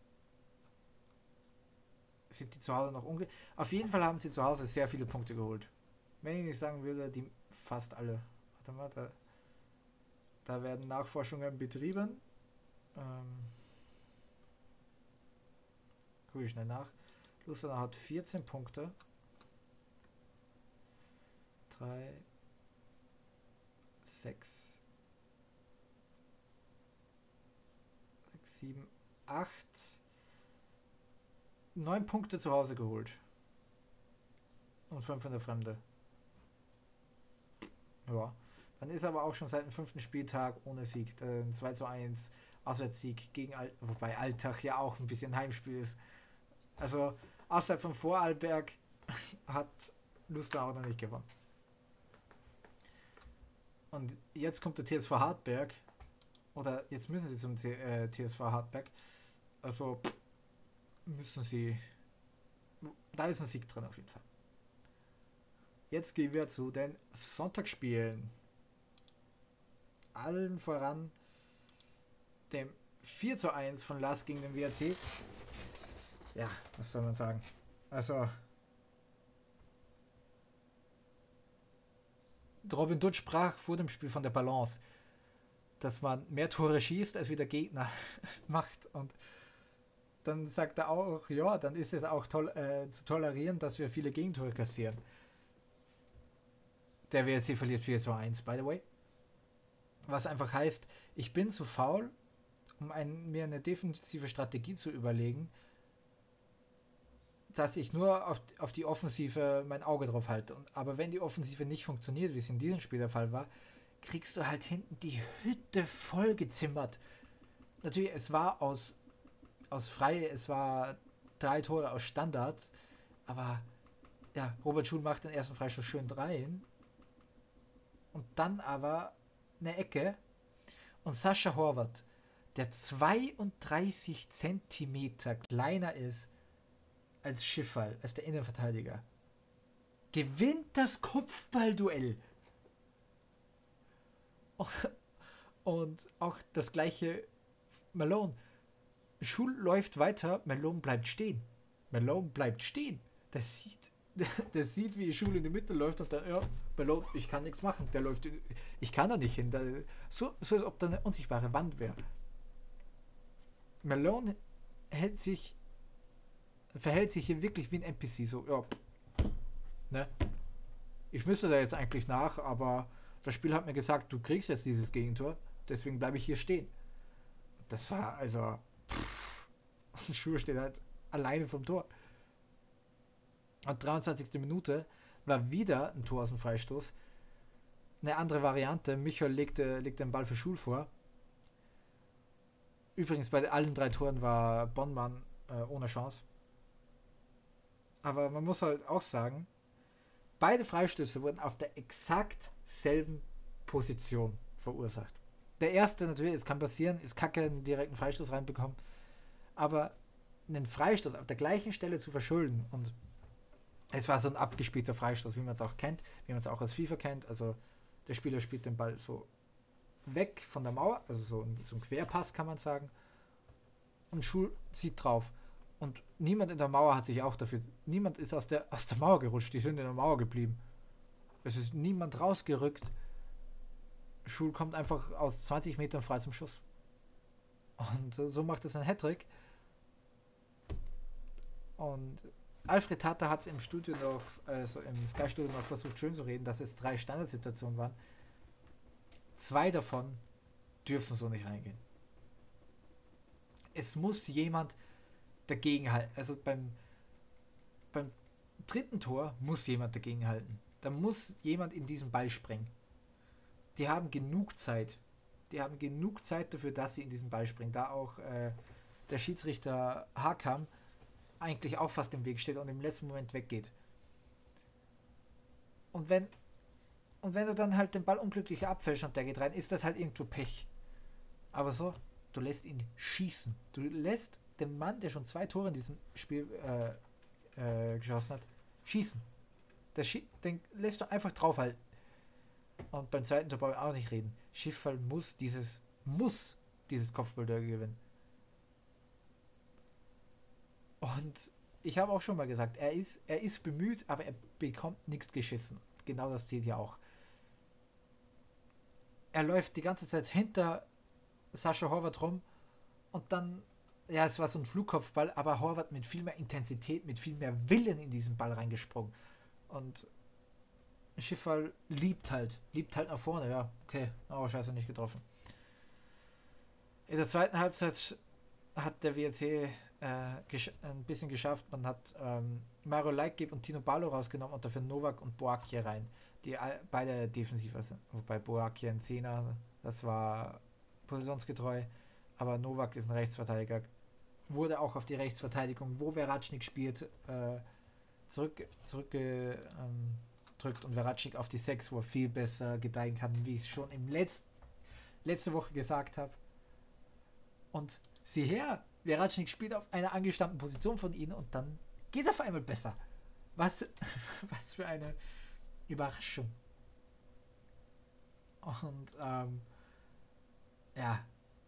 sind die zu Hause noch unge... Auf jeden Fall haben sie zu Hause sehr viele Punkte geholt. Wenn ich nicht sagen würde, die fast alle. Warte mal, da, da werden Nachforschungen betrieben. Ähm, gucke ich schnell nach. Luster hat vierzehn Punkte. drei, sechs, sieben, acht, neun Punkte zu Hause geholt. Und fünf in der Fremde. Ja. Dann ist aber auch schon seit dem fünften Spieltag ohne Sieg. Ein zwei zu eins Auswärtssieg gegen Al wobei Altach ja auch ein bisschen Heimspiel ist. Also außerhalb von Vorarlberg hat Luster auch noch nicht gewonnen. Und jetzt kommt der T S V Hartberg. Oder jetzt müssen sie zum T S V Hartberg. Also müssen sie. Da ist ein Sieg drin auf jeden Fall. Jetzt gehen wir zu den Sonntagsspielen. Allen voran dem vier zu eins von Lask gegen den W R C. Ja, was soll man sagen? Also Robin Dutt sprach vor dem Spiel von der Balance, dass man mehr Tore schießt, als wie der Gegner macht. Und dann sagt er auch, ja, dann ist es auch toll, äh, zu tolerieren, dass wir viele Gegentore kassieren. Der W R C verliert vier zu eins, by the way. Was einfach heißt, ich bin zu faul, um ein, mir eine defensive Strategie zu überlegen, dass ich nur auf, auf die Offensive mein Auge drauf halte. Und, aber wenn die Offensive nicht funktioniert, wie es in diesem Spiel der Fall war, kriegst du halt hinten die Hütte voll gezimmert. Natürlich, es war aus, aus frei, es war drei Tore aus Standards, aber ja, Robert Schul macht den ersten Freistoß schön rein und dann aber eine Ecke und Sascha Horvath, der zweiunddreißig Zentimeter kleiner ist als Schiffal, als der Innenverteidiger, gewinnt das Kopfballduell. Und auch das gleiche Malone. Schul läuft weiter, Malone bleibt stehen. Malone bleibt stehen. Das sieht, das sieht, wie Schul in die Mitte läuft und dann, ja, Malone, ich kann nichts machen. Der läuft, ich kann da nicht hin. Da, so, so als ob da eine unsichtbare Wand wäre. Malone hält sich, verhält sich hier wirklich wie ein N P C. So, ja, ne? Ich müsste da jetzt eigentlich nach, aber das Spiel hat mir gesagt, du kriegst jetzt dieses Gegentor, deswegen bleibe ich hier stehen. Das war also. Pff, Schul steht halt alleine vom Tor. Und dreiundzwanzigste Minute war wieder ein Tor aus dem Freistoß. Eine andere Variante. Michael legte, legte den Ball für Schul vor. Übrigens bei allen drei Toren war Bonnmann äh, ohne Chance. Aber man muss halt auch sagen, beide Freistöße wurden auf der exakt selben Position verursacht. Der erste natürlich, es kann passieren, ist kacke, einen direkten Freistoß reinbekommen. Aber einen Freistoß auf der gleichen Stelle zu verschulden. Und es war so ein abgespielter Freistoß, wie man es auch kennt, wie man es auch aus FIFA kennt. Also der Spieler spielt den Ball so weg von der Mauer, also so ein, so ein Querpass kann man sagen. Und Schul zieht drauf. Und niemand in der Mauer hat sich auch dafür, niemand ist aus der, aus der Mauer gerutscht, die sind in der Mauer geblieben. Es ist niemand rausgerückt. Schul kommt einfach aus zwanzig Metern frei zum Schuss. Und so macht es ein Hattrick. Und Alfred Tata hat es im Studio noch, also im Sky-Studio noch versucht schön zu reden, dass es drei Standardsituationen waren. Zwei davon dürfen so nicht reingehen. Es muss jemand dagegen halten. Also beim, beim dritten Tor muss jemand dagegen halten. Da muss jemand in diesen Ball springen. Die haben genug Zeit. Die haben genug Zeit dafür, dass sie in diesen Ball springen. Da auch äh, der Schiedsrichter Hakam eigentlich auch fast im Weg steht und im letzten Moment weggeht. Und wenn und wenn du dann halt den Ball unglücklich abfällst und der geht rein, ist das halt irgendwo Pech. Aber so, du lässt ihn schießen. Du lässt den Mann, der schon zwei Tore in diesem Spiel äh, äh, geschossen hat, schießen. Das Schie- den lässt du einfach draufhalten. Und beim zweiten Tor brauchen wir auch nicht reden. Schiffall muss dieses, muss dieses Kopfballduell gewinnen. Und ich habe auch schon mal gesagt, er ist, er ist bemüht, aber er bekommt nichts geschissen. Genau das zählt ja auch. Er läuft die ganze Zeit hinter Sascha Horvath rum und dann, ja, es war so ein Flugkopfball, aber Horvath mit viel mehr Intensität, mit viel mehr Willen in diesen Ball reingesprungen. Und Schiffall liebt halt, liebt halt nach vorne, ja, okay, aber scheiße, nicht getroffen. In der zweiten Halbzeit hat der W R C äh, gesch- ein bisschen geschafft. Man hat ähm, Mario Leitgeb und Tino Ballo rausgenommen und dafür Novak und Boakye rein, die all, beide defensiver sind. Wobei Boakye ein Zehner, das war positionsgetreu, aber Novak ist ein Rechtsverteidiger. Wurde auch auf die Rechtsverteidigung, wo Verratschnik spielt, äh, zurück, zurückgedrückt ähm, und Verratschnik auf die sechs, wo er viel besser gedeihen kann, wie ich es schon im Letz- letzte Woche gesagt habe. Und sieh her, Verratschnik spielt auf einer angestammten Position von ihnen und dann geht es auf einmal besser. Was, was für eine Überraschung. Und ähm, ja,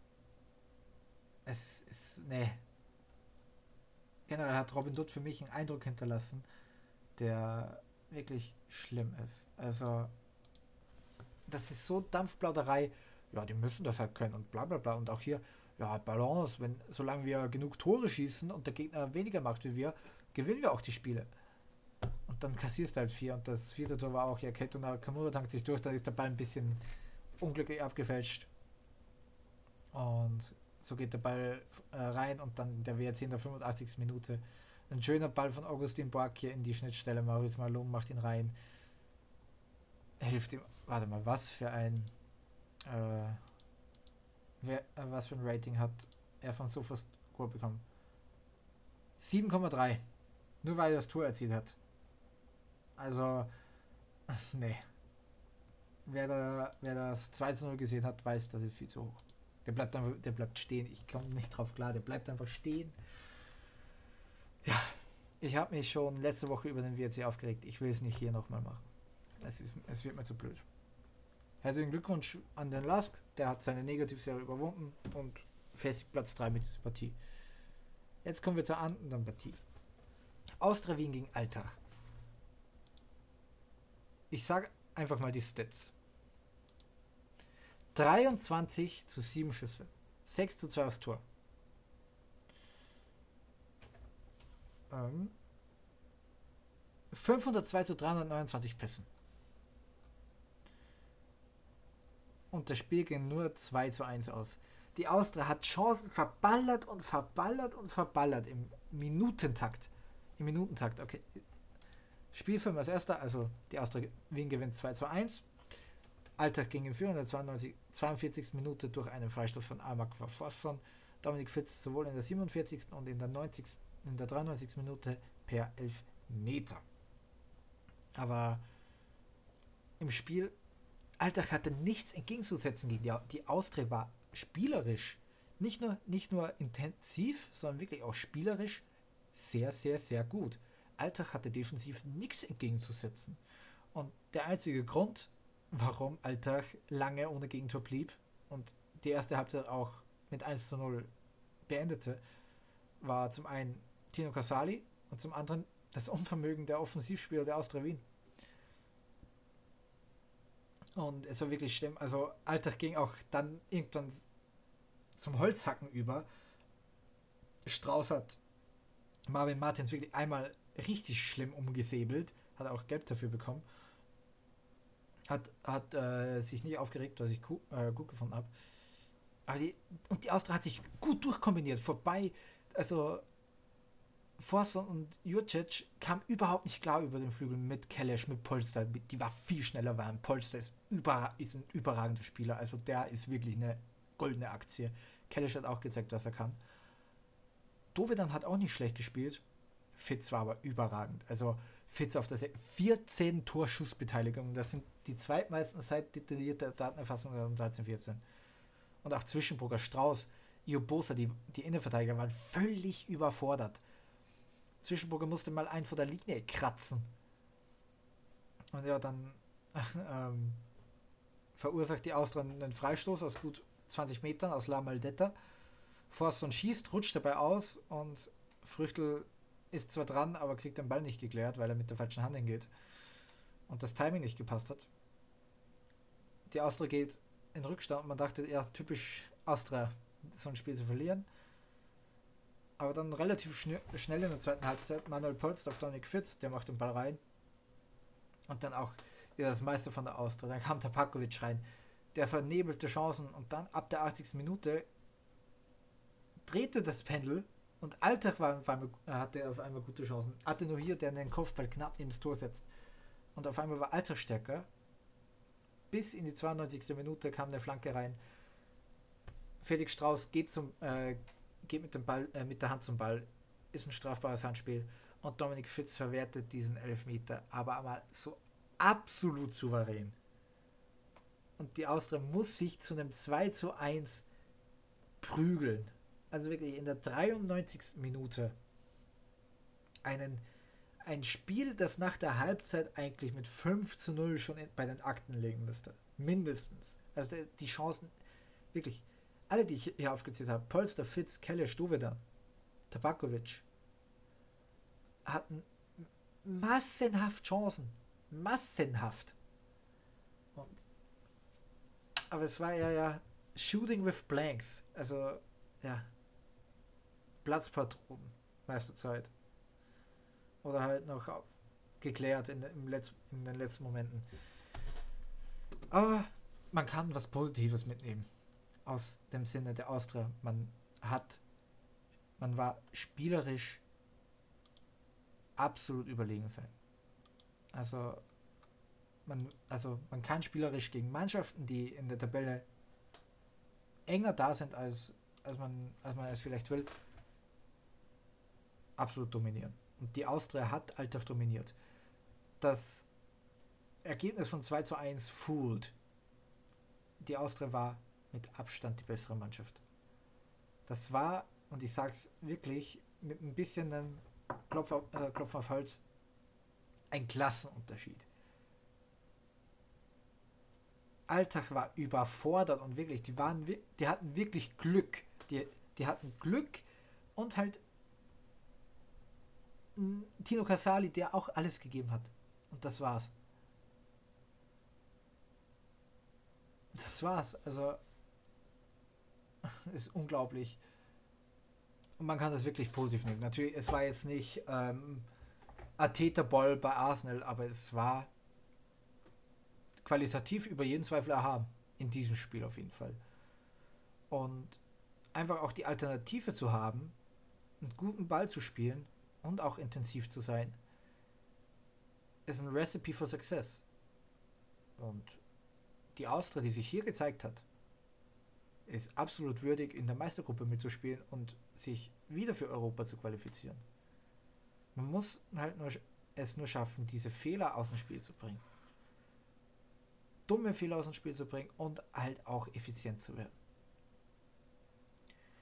es ist, ne. Generell hat Robin Dutt für mich einen Eindruck hinterlassen, der wirklich schlimm ist. Also, das ist so Dampfplauderei. Ja, die müssen das halt können und bla bla bla. Und auch hier, ja, Balance, wenn, solange wir genug Tore schießen und der Gegner weniger macht wie wir, gewinnen wir auch die Spiele. Und dann kassierst du halt vier. Und das vierte Tor war auch, ja, Keto Nakamura tankt sich durch, dann ist der Ball ein bisschen unglücklich abgefälscht. Und so geht der Ball äh, rein und dann der W R C in der fünfundachtzigsten Minute. Ein schöner Ball von Augustin Boakye in die Schnittstelle. Maurice Malone macht ihn rein. Hilft ihm. Warte mal, was für ein äh, wer, äh, was für ein Rating hat er von SofaScore bekommen? sieben Komma drei. Nur weil er das Tor erzielt hat. Also, nee. Wer, da, wer das zwei zu null gesehen hat, weiß, das ist viel zu hoch. Der bleibt einfach, der bleibt stehen. Ich komme nicht drauf klar. Der bleibt einfach stehen. Ja, ich habe mich schon letzte Woche über den W R C aufgeregt. Ich will es nicht hier nochmal machen. Es, ist, es wird mir zu blöd. Herzlichen Glückwunsch an den Lask. Der hat seine Negativserie überwunden und festigt Platz drei mit dieser Partie. Jetzt kommen wir zur anderen Partie. Austria Wien gegen Altach. Ich sage einfach mal die Stats. dreiundzwanzig zu sieben Schüsse. sechs zu zwei aufs Tor. Ähm, fünfhundertzwei zu dreihundertneunundzwanzig Pässen. Und das Spiel ging nur zwei zu eins aus. Die Austria hat Chancen verballert und verballert und verballert im Minutentakt. Im Minutentakt, okay. Spielfilm als erster, also die Austria Wien gewinnt zwei zu eins. Altach ging in Führung in der zweiundvierzigsten Minute durch einen Freistoß von Amak Fosson. Dominik Fitz sowohl in der siebenundvierzigsten und in der neunzigsten in der dreiundneunzigsten Minute per Elfmeter. Aber im Spiel, Altach hatte nichts entgegenzusetzen gegen die, die Austria war spielerisch Nicht nur, nicht nur intensiv, sondern wirklich auch spielerisch sehr, sehr, sehr gut. Altach hatte defensiv nichts entgegenzusetzen. Und der einzige Grund, warum Altach lange ohne Gegentor blieb und die erste Halbzeit auch mit eins zu null beendete, war zum einen Tino Casali und zum anderen das Unvermögen der Offensivspieler der Austria Wien. Und es war wirklich schlimm. Also Altach ging auch dann irgendwann zum Holzhacken über. Strauß hat Marvin Martins wirklich einmal richtig schlimm umgesäbelt, hat auch Gelb dafür bekommen. Hat, hat äh, sich nicht aufgeregt, was ich gu- äh, gut gefunden habe. Aber die, und die Austria hat sich gut durchkombiniert, vorbei. Also Forster und Jurcic kam überhaupt nicht klar über den Flügel mit Kelesch, mit Polster. Die war viel schneller, weil Polster ist, über, ist ein überragender Spieler. Also der ist wirklich eine goldene Aktie. Kelesch hat auch gezeigt, was er kann. Dovedan hat auch nicht schlecht gespielt. Fitz war aber überragend. Also Fitz auf der Se- vierzehn Torschussbeteiligungen. Das sind die zweitmeisten seit detaillierter Datenerfassung dreizehn vierzehn. Und auch Zwischenburger, Strauß, Iobosa, die, die Innenverteidiger waren völlig überfordert. Zwischenburger musste mal einen vor der Linie kratzen. Und ja, dann ähm, verursacht die Austria einen Freistoß aus gut zwanzig Metern aus La Maldetta. Forsson schießt, rutscht dabei aus und Früchtel ist zwar dran, aber kriegt den Ball nicht geklärt, weil er mit der falschen Hand hingeht und das Timing nicht gepasst hat. Die Austria geht in Rückstand und man dachte, ja, typisch Austria, so ein Spiel zu verlieren. Aber dann relativ schn- schnell in der zweiten Halbzeit Manuel Polster auf Dominik Fitz, der macht den Ball rein. Und dann auch wieder das Meister von der Austria. Dann kam Tabakovic rein, der vernebelte Chancen und dann ab der achtzigsten Minute drehte das Pendel und Altach war auf einmal, hatte auf einmal gute Chancen. Hatte nur hier, der den Kopfball knapp neben das Tor setzt. Und auf einmal war Altach stärker. Bis in die zweiundneunzigste Minute kam eine Flanke rein. Felix Strauß geht, zum, äh, geht mit, dem Ball, äh, mit der Hand zum Ball. Ist ein strafbares Handspiel. Und Dominik Fitz verwertet diesen Elfmeter. Aber einmal so absolut souverän. Und die Austria muss sich zu einem zwei zu eins prügeln. Also wirklich in der dreiundneunzigsten Minute einen, ein Spiel, das nach der Halbzeit eigentlich mit fünf zu null schon in, bei den Akten liegen müsste. Mindestens. Also die, die Chancen, wirklich, alle, die ich hier aufgezählt habe, Polster, Fitz, Kelle, Dovedan, Tabakovic, hatten massenhaft Chancen. Massenhaft. Und, aber es war ja, ja Shooting with Blanks. Also, ja, Platzpatronen, meiste Zeit. Oder halt noch geklärt in, im Letz-, in den letzten Momenten. Aber man kann was Positives mitnehmen. Aus dem Sinne der Austria. Man hat, man war spielerisch absolut überlegen sein. Also man, also man kann spielerisch gegen Mannschaften, die in der Tabelle enger da sind, als, als, man, als man es vielleicht will, absolut dominieren. Und die Austria hat Altach dominiert. Das Ergebnis von zwei zu eins fooled. Die Austria war mit Abstand die bessere Mannschaft. Das war, und ich sag's wirklich, mit ein bisschen einem Klopf auf, äh, Klopf auf Holz, ein Klassenunterschied. Altach war überfordert und wirklich, die waren, die hatten wirklich Glück. Die, die hatten Glück und halt Tino Casali, der auch alles gegeben hat. Und das war's. Das war's. Also ist unglaublich. Und man kann das wirklich positiv nehmen. Natürlich, es war jetzt nicht ähm, Ateta-Ball bei Arsenal, aber es war qualitativ über jeden Zweifel erhaben. In diesem Spiel auf jeden Fall. Und einfach auch die Alternative zu haben, einen guten Ball zu spielen und auch intensiv zu sein, ist ein Recipe for Success. Und die Austria, die sich hier gezeigt hat, ist absolut würdig, in der Meistergruppe mitzuspielen und sich wieder für Europa zu qualifizieren. Man muss halt nur es nur schaffen, diese Fehler aus dem Spiel zu bringen. Dumme Fehler aus dem Spiel zu bringen und halt auch effizient zu werden.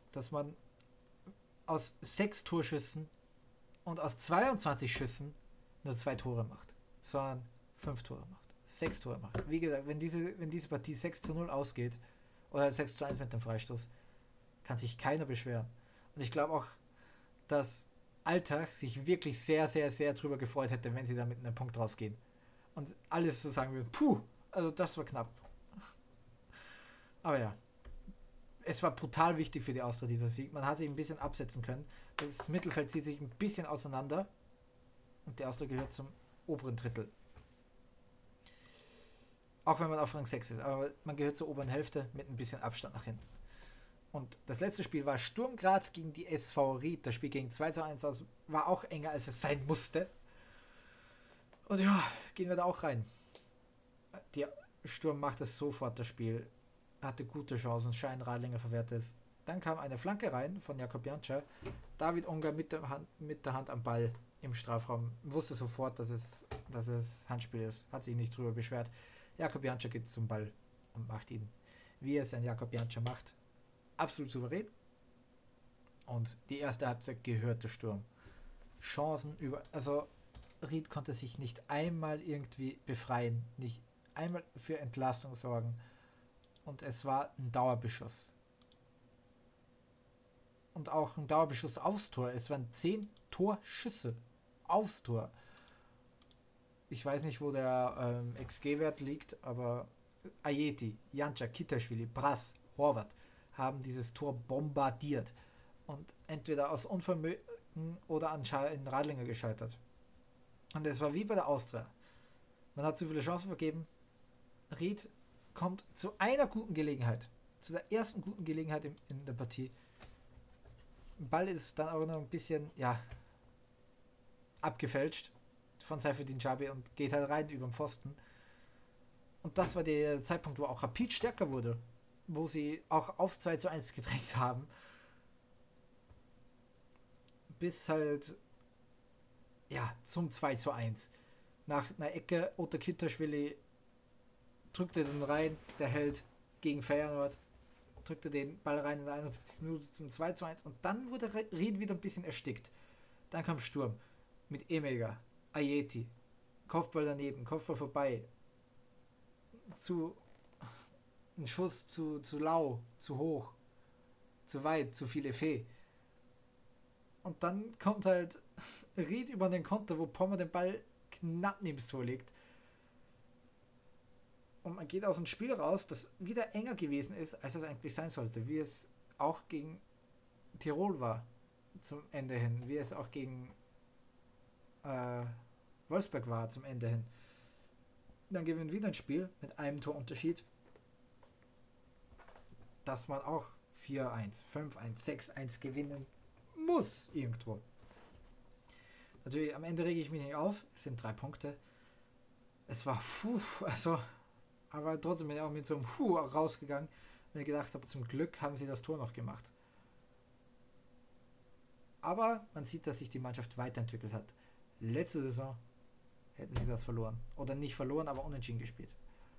dass man aus sechs Torschüssen und aus zweiundzwanzig Schüssen nur zwei Tore macht, sondern fünf Tore macht, sechs Tore macht. Wie gesagt, wenn diese, wenn diese Partie sechs zu null ausgeht oder sechs zu eins mit dem Freistoß, kann sich keiner beschweren. Und ich glaube auch, dass Alltag sich wirklich sehr, sehr, sehr drüber gefreut hätte, wenn sie da mit einem Punkt rausgehen. Und alles so sagen würden, puh, also das war knapp. Aber ja, es war brutal wichtig für die Austria, dieser Sieg. Man hat sich ein bisschen absetzen können. Das Mittelfeld zieht sich ein bisschen auseinander und die Austria gehört zum oberen Drittel. Auch wenn man auf Rang sechs ist, aber man gehört zur oberen Hälfte mit ein bisschen Abstand nach hinten. Und das letzte Spiel war Sturm Graz gegen die S V Ried. Das Spiel ging zwei zu eins aus, war auch enger, als es sein musste. Und ja, gehen wir da auch rein. Der Sturm macht es sofort, das Spiel. Hatte gute Chancen, Schein Radlinger verwertet es. Dann kam eine Flanke rein von Jakob Janča. David Unger mit der Hand, mit der Hand am Ball im Strafraum. Wusste sofort, dass es, dass es Handspiel ist. Hat sich nicht drüber beschwert. Jakob Janča geht zum Ball und macht ihn, wie es ein Jakob Janča macht, absolut souverän. Und die erste Halbzeit gehörte Sturm. Chancen über... Also Ried konnte sich nicht einmal irgendwie befreien. Nicht einmal für Entlastung sorgen. Und es war ein Dauerbeschuss. Und auch ein Dauerbeschuss aufs Tor. Es waren zehn Torschüsse aufs Tor. Ich weiß nicht, wo der ähm, X G-Wert liegt, aber Ajeti, Janča, Kitašvili, Brass, Horvath haben dieses Tor bombardiert und entweder aus Unvermögen oder an Radlinger gescheitert. Und es war wie bei der Austria. Man hat zu viele Chancen vergeben. Ried kommt zu einer guten Gelegenheit, zu der ersten guten Gelegenheit in, in der Partie. Der Ball ist dann auch noch ein bisschen, ja, abgefälscht von Saifuddin Chabi und geht halt rein über den Pfosten. Und das war der Zeitpunkt, wo auch Rapid stärker wurde, wo sie auch aufs zwei zu eins gedrängt haben. Bis halt, ja, zum zwei zu eins. Nach einer Ecke, Otar Kitašvili drückte den rein, der Held gegen Feyenoord, drückte den Ball rein in der einundsiebzigsten Minute zum zwei zu eins und dann wurde Ried wieder ein bisschen erstickt. Dann kam Sturm mit Emega, Ajeti, Kopfball daneben, Kopfball vorbei, zu ein Schuss zu, zu lau, zu hoch, zu weit, zu viel Effet. Und dann kommt halt Ried über den Konter, wo Pommer den Ball knapp neben das Tor legt. Und man geht aus dem Spiel raus, das wieder enger gewesen ist, als es eigentlich sein sollte. Wie es auch gegen Tirol war, zum Ende hin. Wie es auch gegen äh, Wolfsburg war, zum Ende hin. Dann gewinnen wieder ein Spiel mit einem Torunterschied, dass man auch vier eins, fünf eins, sechs eins gewinnen muss irgendwo. Natürlich, am Ende rege ich mich nicht auf. Es sind drei Punkte. Es war, puh, also, aber trotzdem bin ich auch mit so einem Puh rausgegangen, weil ich gedacht habe, zum Glück haben sie das Tor noch gemacht. Aber man sieht, dass sich die Mannschaft weiterentwickelt hat. Letzte Saison hätten sie das verloren. Oder nicht verloren, aber unentschieden gespielt.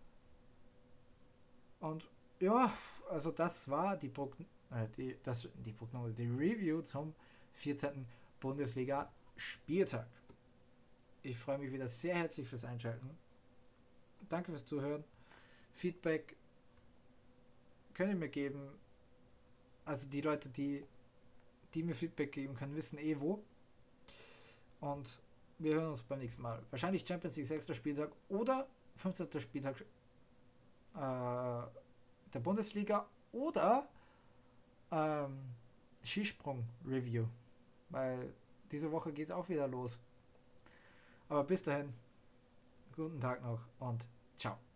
Und ja, also das war die, Progn- äh, die, das, die Prognose, die Review zum vierzehnten Bundesliga-Spieltag. Ich freue mich wieder sehr herzlich fürs Einschalten. Danke fürs Zuhören. Feedback könnt ihr mir geben. Also die Leute, die, die mir Feedback geben können, wissen eh wo. Und wir hören uns beim nächsten Mal. Wahrscheinlich Champions League sechster Spieltag oder fünfzehnter Spieltag äh, der Bundesliga oder ähm, Skisprung-Review. Weil diese Woche geht es auch wieder los. Aber bis dahin, guten Tag noch und ciao.